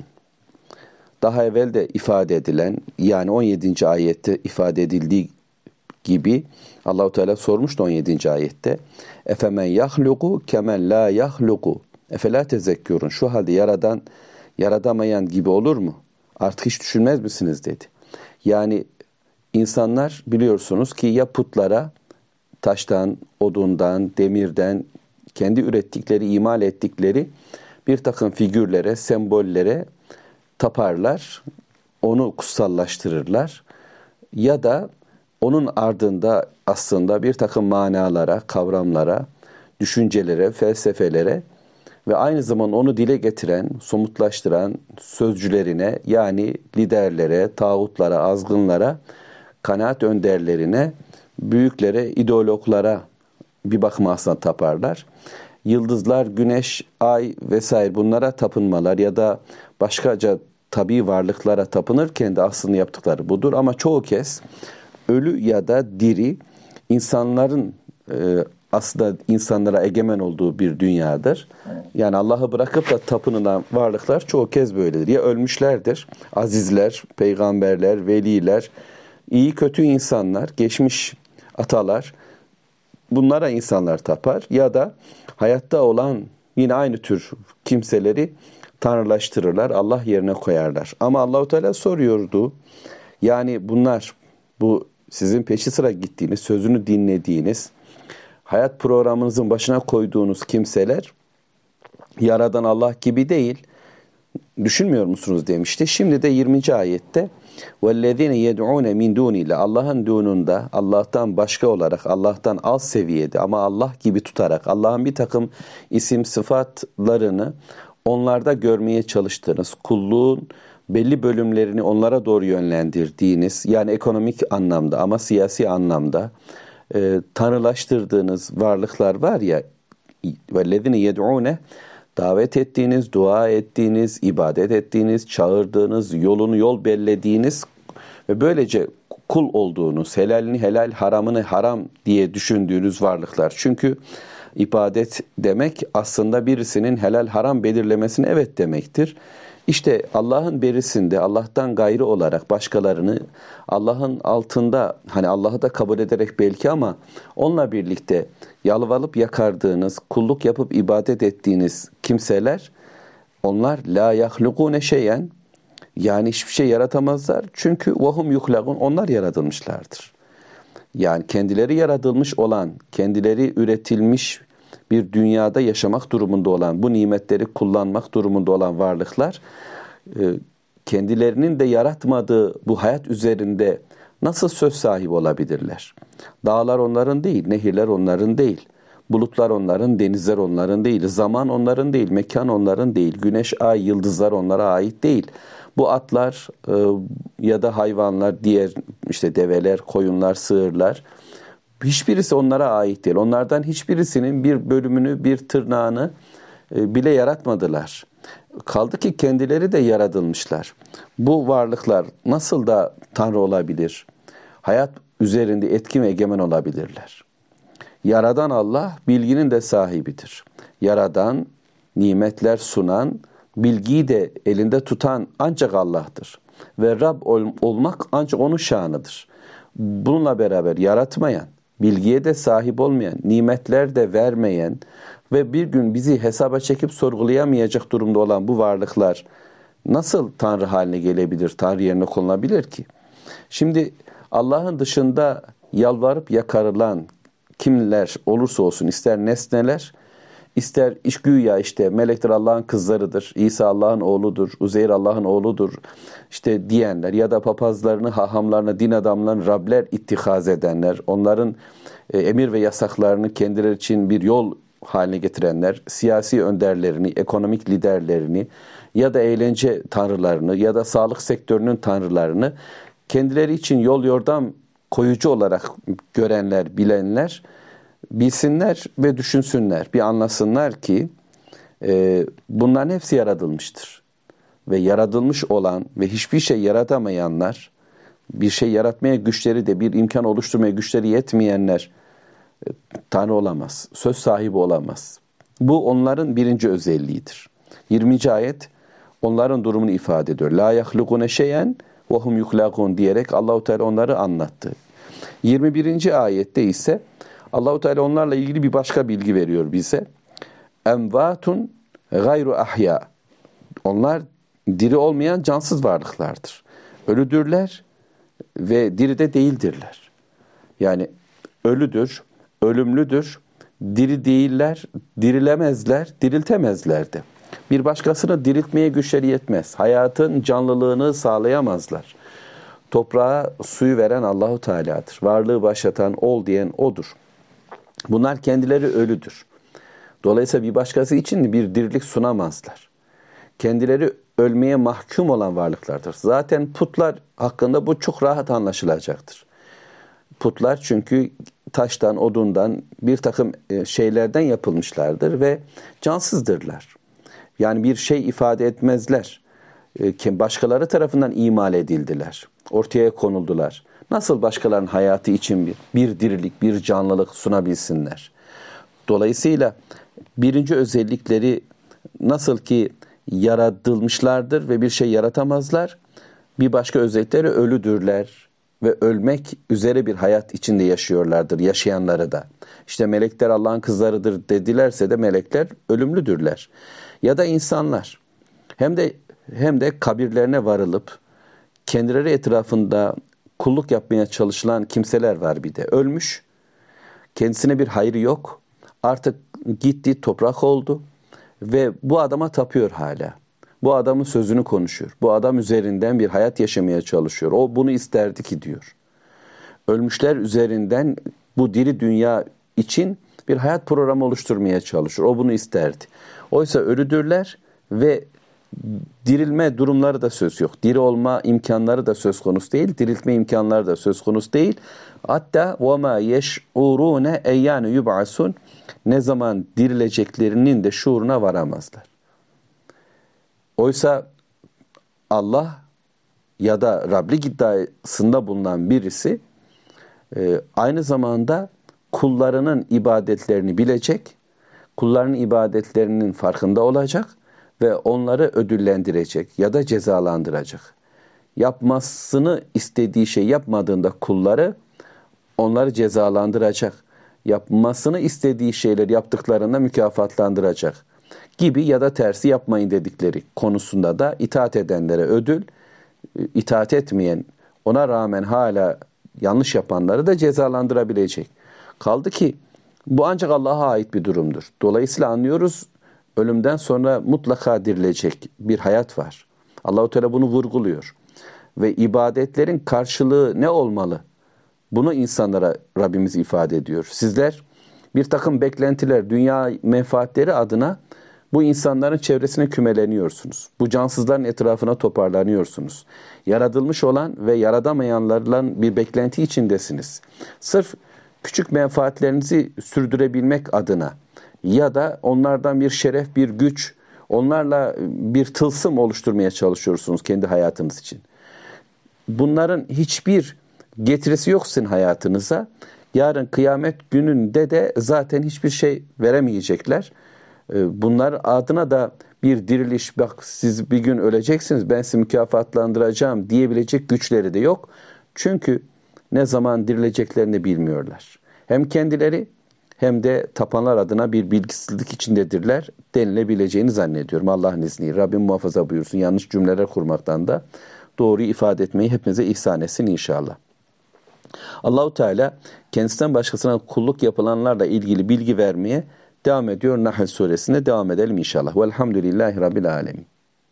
Daha evvel de ifade edilen, yani 17. ayette ifade edildiği gibi Allahu Teala sormuştu 17. ayette. Efemen yahluku kemen la yahluku. Efela tezekkürün. Şu halde yaradamayan gibi olur mu? Artık hiç düşünmez misiniz dedi. Yani insanlar biliyorsunuz ki ya putlara taştan, odundan, demirden kendi ürettikleri, imal ettikleri bir takım figürlere, sembollere taparlar, onu kutsallaştırırlar ya da onun ardında aslında bir takım manalara, kavramlara, düşüncelere, felsefelere ve aynı zamanda onu dile getiren, somutlaştıran sözcülerine, yani liderlere, tağutlara, azgınlara, kanaat önderlerine, büyüklere, ideologlara bir bakıma aslında taparlar. Yıldızlar, güneş, ay vesaire bunlara tapınmalar ya da başkaca tabii varlıklara tapınırken de aslında yaptıkları budur. Ama çoğu kez ölü ya da diri insanların aslında insanlara egemen olduğu bir dünyadır. Yani Allah'ı bırakıp da tapınılan varlıklar çoğu kez böyledir. Ya ölmüşlerdir, azizler, peygamberler, veliler, iyi kötü insanlar, geçmiş atalar, bunlara insanlar tapar ya da hayatta olan yine aynı tür kimseleri tanrılaştırırlar, Allah yerine koyarlar. Ama Allahu Teala soruyordu. Yani bunlar, bu sizin peşi sıra gittiğiniz, sözünü dinlediğiniz, hayat programınızın başına koyduğunuz kimseler yaradan Allah gibi değil. Düşünmüyor musunuz demişti. Şimdi de 20. ayette وَالَّذ۪ينَ يَدْعُونَ مِنْ دُونِ اللّٰهِ Allah'ın dununda, Allah'tan başka olarak, Allah'tan alt seviyede ama Allah gibi tutarak Allah'ın bir takım isim sıfatlarını onlarda görmeye çalıştığınız, kulluğun belli bölümlerini onlara doğru yönlendirdiğiniz, yani ekonomik anlamda ama siyasi anlamda tanrılaştırdığınız varlıklar var ya, وَالَّذ۪ينَ يَدْعُونَ davet ettiğiniz, dua ettiğiniz, ibadet ettiğiniz, çağırdığınız, yol bellediğiniz ve böylece kul olduğunuz, helalini helal, haramını haram diye düşündüğünüz varlıklar. Çünkü ibadet demek aslında birisinin helal haram belirlemesine evet demektir. İşte Allah'ın berisinde Allah'tan gayrı olarak başkalarını Allah'ın altında, hani Allah'ı da kabul ederek belki ama onunla birlikte yalvarıp yakardığınız, kulluk yapıp ibadet ettiğiniz kimseler, onlar la yahlukune şeyen, Yani hiçbir şey yaratamazlar. Çünkü vahum yuhlagun, onlar yaratılmışlardır. Yani kendileri yaratılmış olan, kendileri üretilmiş bir dünyada yaşamak durumunda olan, bu nimetleri kullanmak durumunda olan varlıklar, kendilerinin de yaratmadığı bu hayat üzerinde nasıl söz sahibi olabilirler? Dağlar onların değil, nehirler onların değil, bulutlar onların, denizler onların değil, zaman onların değil, mekan onların değil, güneş, ay, yıldızlar onlara ait değil. Bu atlar ya da hayvanlar, diğer işte develer, koyunlar, sığırlar, hiçbirisi onlara ait değil. Onlardan hiçbirisinin bir bölümünü, bir tırnağını bile yaratmadılar. Kaldı ki kendileri de yaratılmışlar. Bu varlıklar nasıl da Tanrı olabilir? Hayat üzerinde etkin ve egemen olabilirler. Yaradan Allah bilginin de sahibidir. Yaradan, nimetler sunan, bilgiyi de elinde tutan ancak Allah'tır. Ve Rab olmak ancak onun şanıdır. Bununla beraber yaratmayan, bilgiye de sahip olmayan, nimetler de vermeyen ve bir gün bizi hesaba çekip sorgulayamayacak durumda olan bu varlıklar nasıl Tanrı haline gelebilir, Tanrı yerine konulabilir ki? Şimdi Allah'ın dışında yalvarıp yakarılan kimler olursa olsun, ister nesneler, ister güya işte melekler Allah'ın kızlarıdır, İsa Allah'ın oğludur, Uzeyr Allah'ın oğludur işte diyenler ya da papazlarını, hahamlarını, din adamlarını Rabler ittihaz edenler, onların emir ve yasaklarını kendileri için bir yol haline getirenler, siyasi önderlerini, ekonomik liderlerini ya da eğlence tanrılarını ya da sağlık sektörünün tanrılarını kendileri için yol yordam koyucu olarak görenler, bilenler bilsinler ve düşünsünler, bir anlasınlar ki bunların hepsi yaratılmıştır. Ve yaratılmış olan ve hiçbir şey yaratamayanlar, bir şey yaratmaya güçleri de, bir imkan oluşturmaya güçleri yetmeyenler Tanrı olamaz, söz sahibi olamaz. Bu onların birinci özelliğidir. 20. ayet onların durumunu ifade ediyor. La yahlukune şeyen ve hum yuhlakun diyerek Allahu Teala onları anlattı. 21. ayette ise Allahu Teala onlarla ilgili bir başka bilgi veriyor bize. Emvatun gayru ahya. Onlar diri olmayan cansız varlıklardır. Ölüdürler ve diri de değildirler. Yani ölüdür, ölümlüdür, diri değiller, dirilemezler, diriltemezler de. Bir başkasını diriltmeye güçleri yetmez. Hayatın canlılığını sağlayamazlar. Toprağa suyu veren Allahu Teala'dır. Varlığı başlatan, ol diyen O'dur. Bunlar kendileri ölüdür. Dolayısıyla bir başkası için bir dirilik sunamazlar. Kendileri ölmeye mahkum olan varlıklardır. Zaten putlar hakkında bu çok rahat anlaşılacaktır. Putlar çünkü taştan, odundan, bir takım şeylerden yapılmışlardır ve cansızdırlar. Yani bir şey ifade etmezler. Başkaları tarafından imal edildiler. Ortaya konuldular. Nasıl başkalarının hayatı için bir dirilik, bir canlılık sunabilsinler? Dolayısıyla birinci özellikleri nasıl ki yaratılmışlardır ve bir şey yaratamazlar, bir başka özellikleri ölüdürler ve ölmek üzere bir hayat içinde yaşıyorlardır, yaşayanları da. İşte melekler Allah'ın kızlarıdır dedilerse de melekler ölümlüdürler. Ya da insanlar hem de kabirlerine varılıp kendileri etrafında kulluk yapmaya çalışılan kimseler var bir de. Ölmüş, kendisine bir hayrı yok, artık gitti toprak oldu ve bu adama tapıyor hala. Bu adamın sözünü konuşuyor. Bu adam üzerinden bir hayat yaşamaya çalışıyor. O bunu isterdi ki diyor. Ölmüşler üzerinden bu diri dünya için bir hayat programı oluşturmaya çalışıyor. O bunu isterdi. Oysa ölüdürler ve dirilme durumları da söz yok. Diri olma imkanları da söz konusu değil. Diriltme imkanları da söz konusu değil. Hatta وَمَا يَشْعُرُونَ اَيَّانُ يُبْعَسُونَ ne zaman dirileceklerinin de şuuruna varamazlar. Oysa Allah ya da Rablik iddiasında bulunan birisi aynı zamanda kullarının ibadetlerini bilecek, kullarının ibadetlerinin farkında olacak ve onları ödüllendirecek ya da cezalandıracak. Yapmasını istediği şey yapmadığında kulları onları cezalandıracak. Yapmasını istediği şeyleri yaptıklarında mükafatlandıracak gibi ya da tersi yapmayın dedikleri konusunda da itaat edenlere ödül, itaat etmeyen, ona rağmen hala yanlış yapanları da cezalandırabilecek. Kaldı ki bu ancak Allah'a ait bir durumdur. Dolayısıyla anlıyoruz, ölümden sonra mutlaka dirilecek bir hayat var. Allah-u Teala bunu vurguluyor. Ve ibadetlerin karşılığı ne olmalı? Bunu insanlara Rabbimiz ifade ediyor. Sizler bir takım beklentiler, dünya menfaatleri adına bu insanların çevresine kümeleniyorsunuz. Bu cansızların etrafına toparlanıyorsunuz. Yaratılmış olan ve yaratamayanlarla bir beklenti içindesiniz. Sırf küçük menfaatlerinizi sürdürebilmek adına ya da onlardan bir şeref, bir güç, onlarla bir tılsım oluşturmaya çalışıyorsunuz kendi hayatınız için. Bunların hiçbir getirisi yok sizin hayatınıza. Yarın kıyamet gününde de zaten hiçbir şey veremeyecekler. Bunlar adına da bir diriliş, bak siz bir gün öleceksiniz, ben sizi mükafatlandıracağım diyebilecek güçleri de yok. Çünkü ne zaman dirileceklerini bilmiyorlar. Hem kendileri hem de tapanlar adına bir bilgisizlik içindedirler denilebileceğini zannediyorum Allah'ın izniyle. Rabbim muhafaza buyursun yanlış cümleler kurmaktan da doğruyu ifade etmeyi hepimize ihsan etsin inşallah. Allahu Teala kendisinden başkasına kulluk yapılanlarla ilgili bilgi vermeye devam ediyor. Nahl suresinde devam edelim inşallah. Velhamdülillahi Rabbil alemin.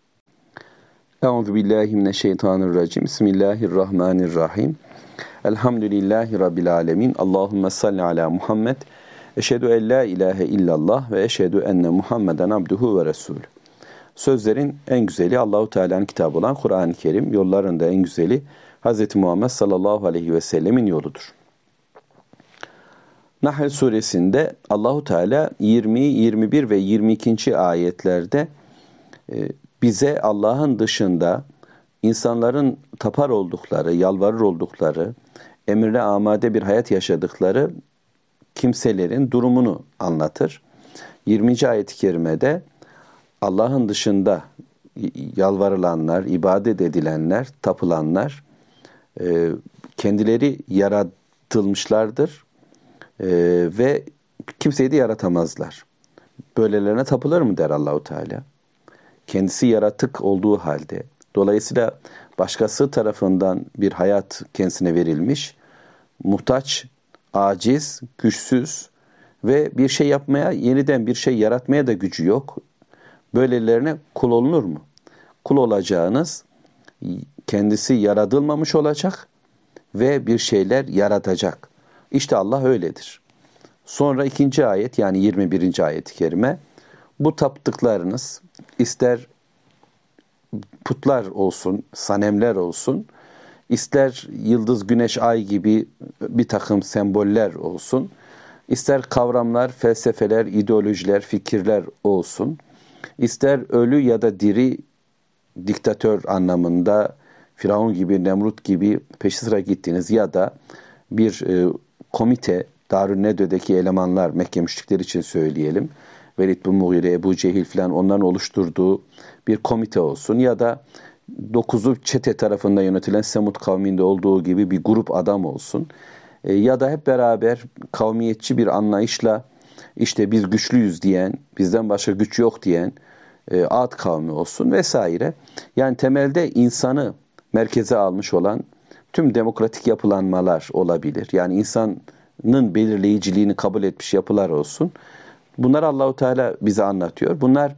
Euzubillahimineşşeytanirracim. Bismillahirrahmanirrahim. Elhamdülillahi Rabbil alemin. Allahümme salli ala Muhammed. Eşhedü en la ilahe illallah ve eşhedü enne Muhammeden abduhu ve resulü. Sözlerin en güzeli Allahu Teala'nın kitabı olan Kur'an-ı Kerim, yolların da en güzeli Hz. Muhammed sallallahu aleyhi ve sellemin yoludur. Nahl suresinde Allahu Teala 20, 21 ve 22. ayetlerde bize Allah'ın dışında insanların tapar oldukları, yalvarır oldukları, emirle amade bir hayat yaşadıkları kimselerin durumunu anlatır. 20. ayet-i kerimede Allah'ın dışında yalvarılanlar, ibadet edilenler, tapılanlar kendileri yaratılmışlardır ve kimseyi de yaratamazlar. Böylelerine tapılır mı der Allahu Teala. Kendisi yaratık olduğu halde, dolayısıyla başkası tarafından bir hayat kendisine verilmiş, muhtaç, aciz, güçsüz ve bir şey yapmaya, yeniden bir şey yaratmaya da gücü yok. Böylelerine kul olunur mu? Kul olacağınız kendisi yaratılmamış olacak ve bir şeyler yaratacak. İşte Allah öyledir. Sonra 2. ayet yani 21. ayet-i kerime, bu taptıklarınız ister putlar olsun, sanemler olsun, ister yıldız, güneş, ay gibi bir takım semboller olsun, ister kavramlar, felsefeler, ideolojiler, fikirler olsun, ister ölü ya da diri diktatör anlamında Firavun gibi, Nemrut gibi peşi sıra gittiğiniz ya da bir komite, Darünnedve'deki elemanlar, Mekke müşrikleri için söyleyelim, Velid bin Mughire, Ebu Cehil falan onların oluşturduğu bir komite olsun ya da 9'u çete tarafından yönetilen Semud kavminde olduğu gibi bir grup adam olsun ya da hep beraber kavmiyetçi bir anlayışla işte biz güçlüyüz diyen, bizden başka güç yok diyen Ad kavmi olsun vesaire. Yani temelde insanı merkeze almış olan tüm demokratik yapılanmalar olabilir. Yani insanın belirleyiciliğini kabul etmiş yapılar olsun. Bunlar Allahu Teala bize anlatıyor. Bunlar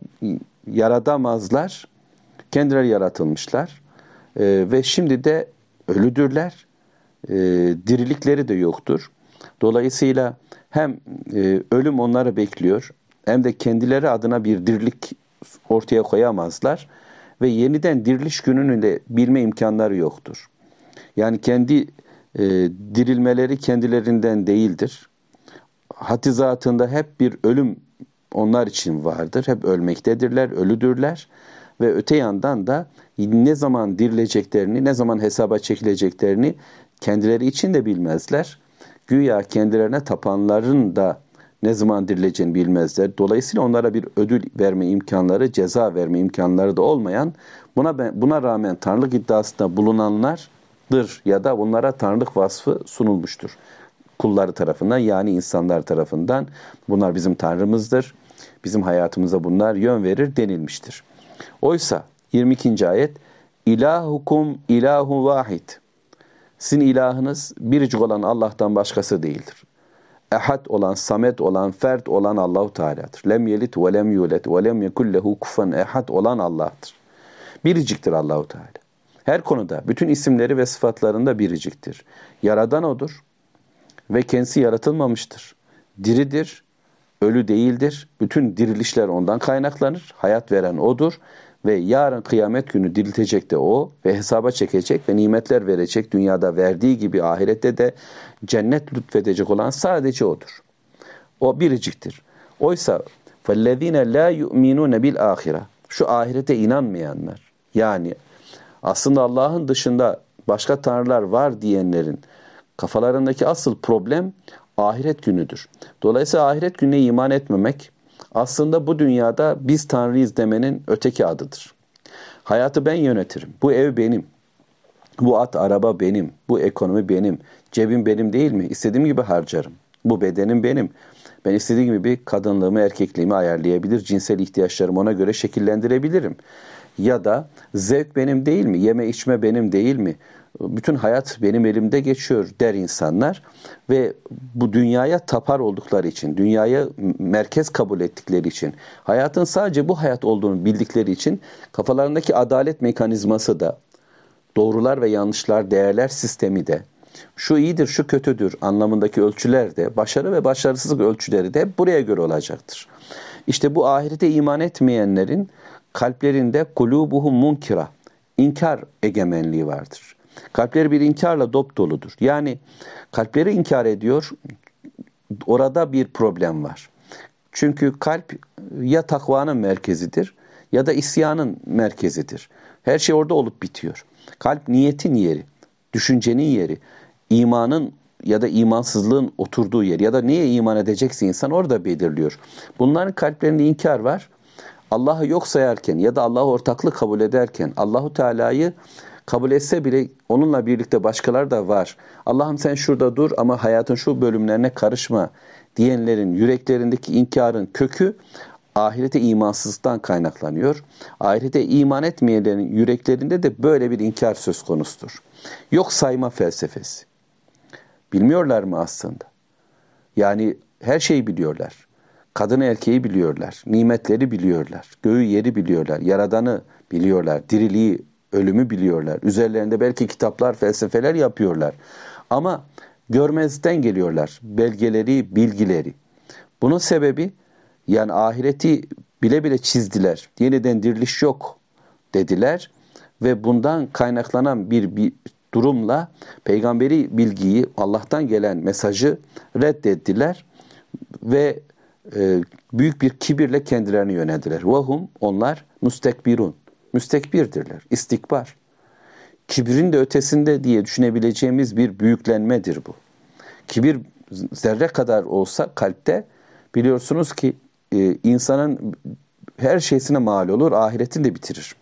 yaratamazlar. Kendileri yaratılmışlar. Ve şimdi de ölüdürler. Dirilikleri de yoktur. Dolayısıyla hem ölüm onları bekliyor hem de kendileri adına bir dirilik ortaya koyamazlar ve yeniden diriliş gününü de bilme imkanları yoktur. Yani kendi dirilmeleri kendilerinden değildir. Haddi zatında hep bir ölüm onlar için vardır. Hep ölmektedirler, ölüdürler ve öte yandan da ne zaman dirileceklerini, ne zaman hesaba çekileceklerini kendileri için de bilmezler. Güya kendilerine tapanların da ne zaman dirileceğini bilmezler. Dolayısıyla onlara bir ödül verme imkanları, ceza verme imkanları da olmayan, buna rağmen tanrılık iddiasında bulunanlardır ya da bunlara tanrılık vasfı sunulmuştur. Kulları tarafından yani insanlar tarafından bunlar bizim tanrımızdır. Bizim hayatımıza bunlar yön verir denilmiştir. Oysa 22. ayet İlahukum ilahu vahid. Sizin ilahınız biricik olan Allah'tan başkası değildir. Ehad olan, samet olan, fert olan Allahu Teala'dır. Lem yelit ve lem yulet ve lem yekul lehu kufuven ehad olan Allah'tır. Biriciktir Allahu Teala. Her konuda, bütün isimleri ve sıfatlarında biriciktir. Yaradan odur ve kendisi yaratılmamıştır. Diridir, ölü değildir. Bütün dirilişler ondan kaynaklanır. Hayat veren odur ve yarın kıyamet günü diriltecek de o ve hesaba çekecek ve nimetler verecek. Dünyada verdiği gibi ahirette de cennet lütfedecek olan sadece odur. O biriciktir. Oysa فَالَّذ۪ينَ لَا يُؤْمِنُونَ بِالْآخِرَةِ Şu ahirete inanmayanlar, yani aslında Allah'ın dışında başka tanrılar var diyenlerin kafalarındaki asıl problem ahiret günüdür. Dolayısıyla ahiret gününe iman etmemek aslında bu dünyada biz Tanrıyız demenin öteki adıdır. Hayatı ben yönetirim. Bu ev benim. Bu at araba benim. Bu ekonomi benim. Cebim benim değil mi? İstediğim gibi harcarım. Bu bedenim benim. Ben istediğim gibi kadınlığımı, erkekliğimi ayarlayabilir, cinsel ihtiyaçlarımı ona göre şekillendirebilirim. Ya da zevk benim değil mi? Yeme içme benim değil mi? Bütün hayat benim elimde geçiyor der insanlar ve bu dünyaya tapar oldukları için, dünyaya merkez kabul ettikleri için, hayatın sadece bu hayat olduğunu bildikleri için kafalarındaki adalet mekanizması da, doğrular ve yanlışlar, değerler sistemi de, şu iyidir, şu kötüdür anlamındaki ölçüler de, başarı ve başarısızlık ölçüleri de buraya göre olacaktır. İşte bu ahirete iman etmeyenlerin kalplerinde kulubuhum munkira, inkar egemenliği vardır. Kalpleri bir inkarla dopdoludur. Yani kalpleri inkar ediyor, orada bir problem var. Çünkü kalp ya takvanın merkezidir ya da isyanın merkezidir. Her şey orada olup bitiyor. Kalp niyetin yeri, düşüncenin yeri, imanın ya da imansızlığın oturduğu yer ya da neye iman edecekse insan orada belirliyor. Bunların kalplerinde inkar var. Allah'ı yok sayarken ya da Allah'ı ortaklık kabul ederken, Allahu Teala'yı kabul etse bile onunla birlikte başkaları da var. Allah'ım sen şurada dur ama hayatın şu bölümlerine karışma diyenlerin yüreklerindeki inkarın kökü ahirete imansızlıktan kaynaklanıyor. Ahirete iman etmeyenlerin yüreklerinde de böyle bir inkar söz konusudur. Yok sayma felsefesi. Bilmiyorlar mı aslında? Yani her şeyi biliyorlar. Kadın erkeği biliyorlar. Nimetleri biliyorlar. Göğü yeri biliyorlar. Yaradanı biliyorlar. Diriliği, ölümü biliyorlar. Üzerlerinde belki kitaplar, felsefeler yapıyorlar. Ama görmezden geliyorlar belgeleri, bilgileri. Bunun sebebi yani ahireti bile bile çizdiler. Yeniden diriliş yok dediler ve bundan kaynaklanan bir durumla peygamberi bilgiyi, Allah'tan gelen mesajı reddettiler ve büyük bir kibirle kendilerine yöneldiler. Vahum, onlar mustekbirun. Müstekbirdirler. İstikbar. Kibrin de ötesinde diye düşünebileceğimiz bir büyüklenmedir bu. Kibir zerre kadar olsa kalpte biliyorsunuz ki insanın her şeysine mal olur, ahiretini de bitirir.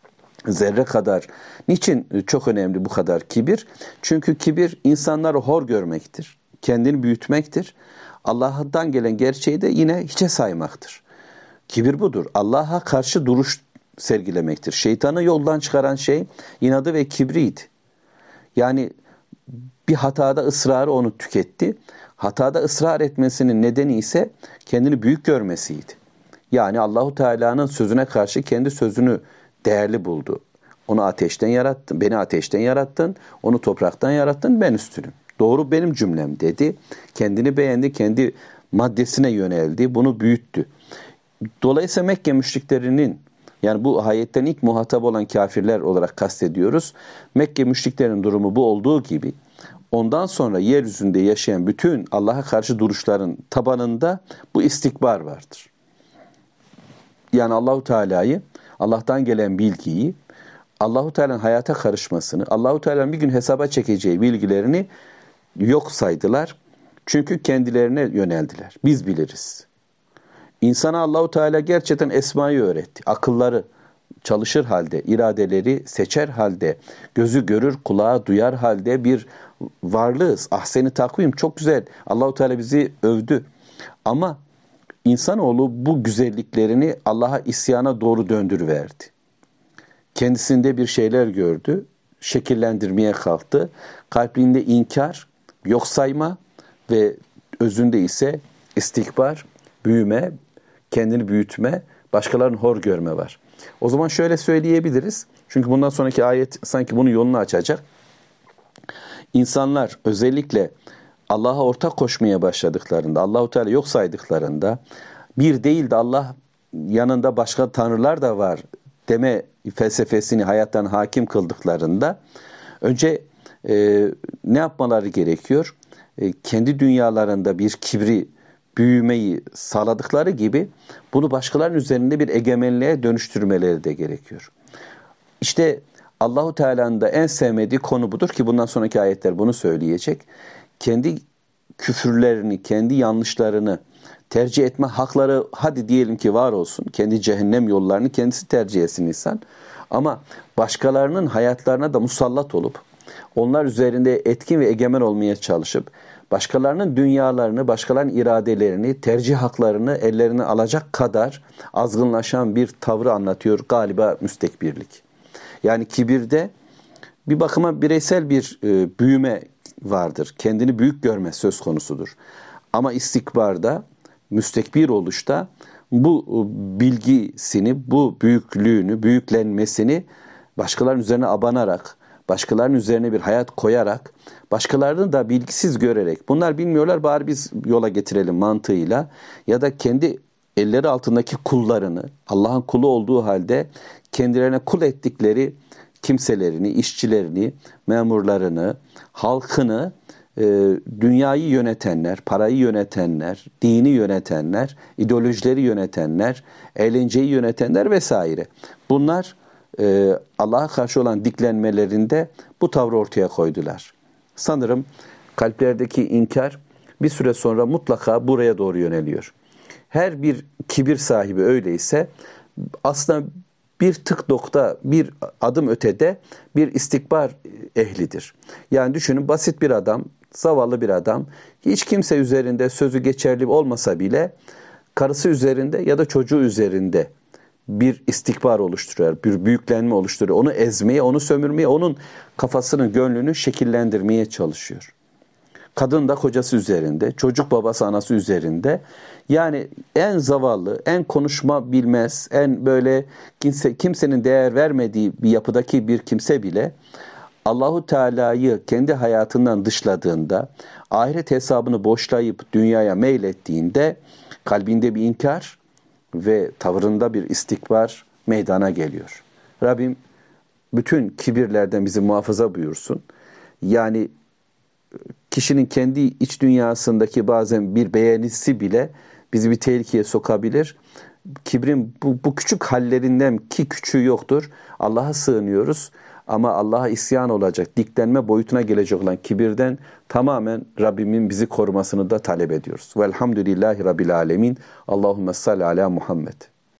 Zerre kadar. Niçin çok önemli bu kadar kibir? Çünkü kibir insanları hor görmektir. Kendini büyütmektir. Allah'tan gelen gerçeği de yine hiçe saymaktır. Kibir budur. Allah'a karşı duruş sergilemektir. Şeytanı yoldan çıkaran şey inadı ve kibriydi. Yani bir hatada ısrarı onu tüketti. Hatada ısrar etmesinin nedeni ise kendini büyük görmesiydi. Yani Allahu Teala'nın sözüne karşı kendi sözünü değerli buldu. Onu ateşten yarattın, beni ateşten yarattın, onu topraktan yarattın, ben üstünüm. Doğru benim cümlem dedi. Kendini beğendi, kendi maddesine yöneldi, bunu büyüttü. Dolayısıyla Mekke müşriklerinin, yani bu ayetten ilk muhatap olan kafirler olarak kastediyoruz. Mekke müşriklerinin durumu bu olduğu gibi ondan sonra yeryüzünde yaşayan bütün Allah'a karşı duruşların tabanında bu istikbar vardır. Yani Allahu Teala'yı, Allah'tan gelen bilgiyi, Allahu Teala'nın hayata karışmasını, Allahu Teala'nın bir gün hesaba çekeceği bilgilerini yok saydılar. Çünkü kendilerine yöneldiler. Biz biliriz. İnsana Allahu Teala gerçekten esmayı öğretti. Akılları çalışır halde, iradeleri seçer halde, gözü görür, kulağı duyar halde bir varlığız. Ahsen-i takvim çok güzel. Allahu Teala bizi övdü. Ama insanoğlu bu güzelliklerini Allah'a isyana doğru döndürüverdi. kendisinde bir şeyler gördü, şekillendirmeye kalktı. Kalbinde inkar, yok sayma ve özünde ise istikbar, büyüme, kendini büyütme, başkalarını hor görme var. O zaman şöyle söyleyebiliriz. Çünkü bundan sonraki ayet sanki bunun yolunu açacak. İnsanlar özellikle Allah'a ortak koşmaya başladıklarında, Allahu Teala yok saydıklarında, bir değil de Allah yanında başka tanrılar da var deme felsefesini hayattan hakim kıldıklarında önce ne yapmaları gerekiyor? Kendi dünyalarında bir kibri, büyümeyi sağladıkları gibi bunu başkalarının üzerinde bir egemenliğe dönüştürmeleri de gerekiyor. İşte Allahu Teala'nın da en sevmediği konu budur ki bundan sonraki ayetler bunu söyleyecek. Kendi küfürlerini, kendi yanlışlarını tercih etme hakları hadi diyelim ki var olsun. Kendi cehennem yollarını kendisi tercih etsin insan. Ama başkalarının hayatlarına da musallat olup onlar üzerinde etkin ve egemen olmaya çalışıp başkalarının dünyalarını, başkalarının iradelerini, tercih haklarını ellerine alacak kadar azgınlaşan bir tavrı anlatıyor galiba müstekbirlik. Yani kibirde bir bakıma bireysel bir büyüme vardır. Kendini büyük görme söz konusudur. Ama istikbarda, müstekbir oluşta bu bilgisini, bu büyüklüğünü, büyüklenmesini başkalarının üzerine abanarak, başkalarının üzerine bir hayat koyarak, başkalarını da bilgisiz görerek, bunlar bilmiyorlar bari biz yola getirelim mantığıyla ya da kendi elleri altındaki kullarını, Allah'ın kulu olduğu halde kendilerine kul ettikleri kimselerini, işçilerini, memurlarını, halkını, dünyayı yönetenler, parayı yönetenler, dini yönetenler, ideolojileri yönetenler, eğlenceyi yönetenler vesaire. Bunlar Allah'a karşı olan diklenmelerinde bu tavrı ortaya koydular. Sanırım kalplerdeki inkar bir süre sonra mutlaka buraya doğru yöneliyor. Her bir kibir sahibi öyleyse aslında bir tık nokta, bir adım ötede bir istikbar ehlidir. Yani düşünün basit bir adam, zavallı bir adam, hiç kimse üzerinde sözü geçerli olmasa bile karısı üzerinde ya da çocuğu üzerinde bir istikbar oluşturuyor, bir büyüklenme oluşturuyor. Onu ezmeye, onu sömürmeye, onun kafasının, gönlünü şekillendirmeye çalışıyor. Kadın da kocası üzerinde, çocuk babası anası üzerinde. Yani en zavallı, en konuşma bilmez, en böyle kimsenin değer vermediği bir yapıdaki bir kimse bile Allahu Teala'yı kendi hayatından dışladığında, ahiret hesabını boşlayıp dünyaya meylettiğinde kalbinde bir inkar ve tavırında bir istikbar meydana geliyor. Rabbim bütün kibirlerden bizi muhafaza buyursun. Yani kişinin kendi iç dünyasındaki bazen bir beğenisi bile bizi bir tehlikeye sokabilir. Kibrin bu küçük hallerinden ki küçüğü yoktur. Allah'a sığınıyoruz ama Allah'a isyan olacak, diklenme boyutuna gelecek olan kibirden tamamen Rabbimin bizi korumasını da talep ediyoruz. Velhamdülillahi Rabbil alemin. Allahümme salli ala Muhammed.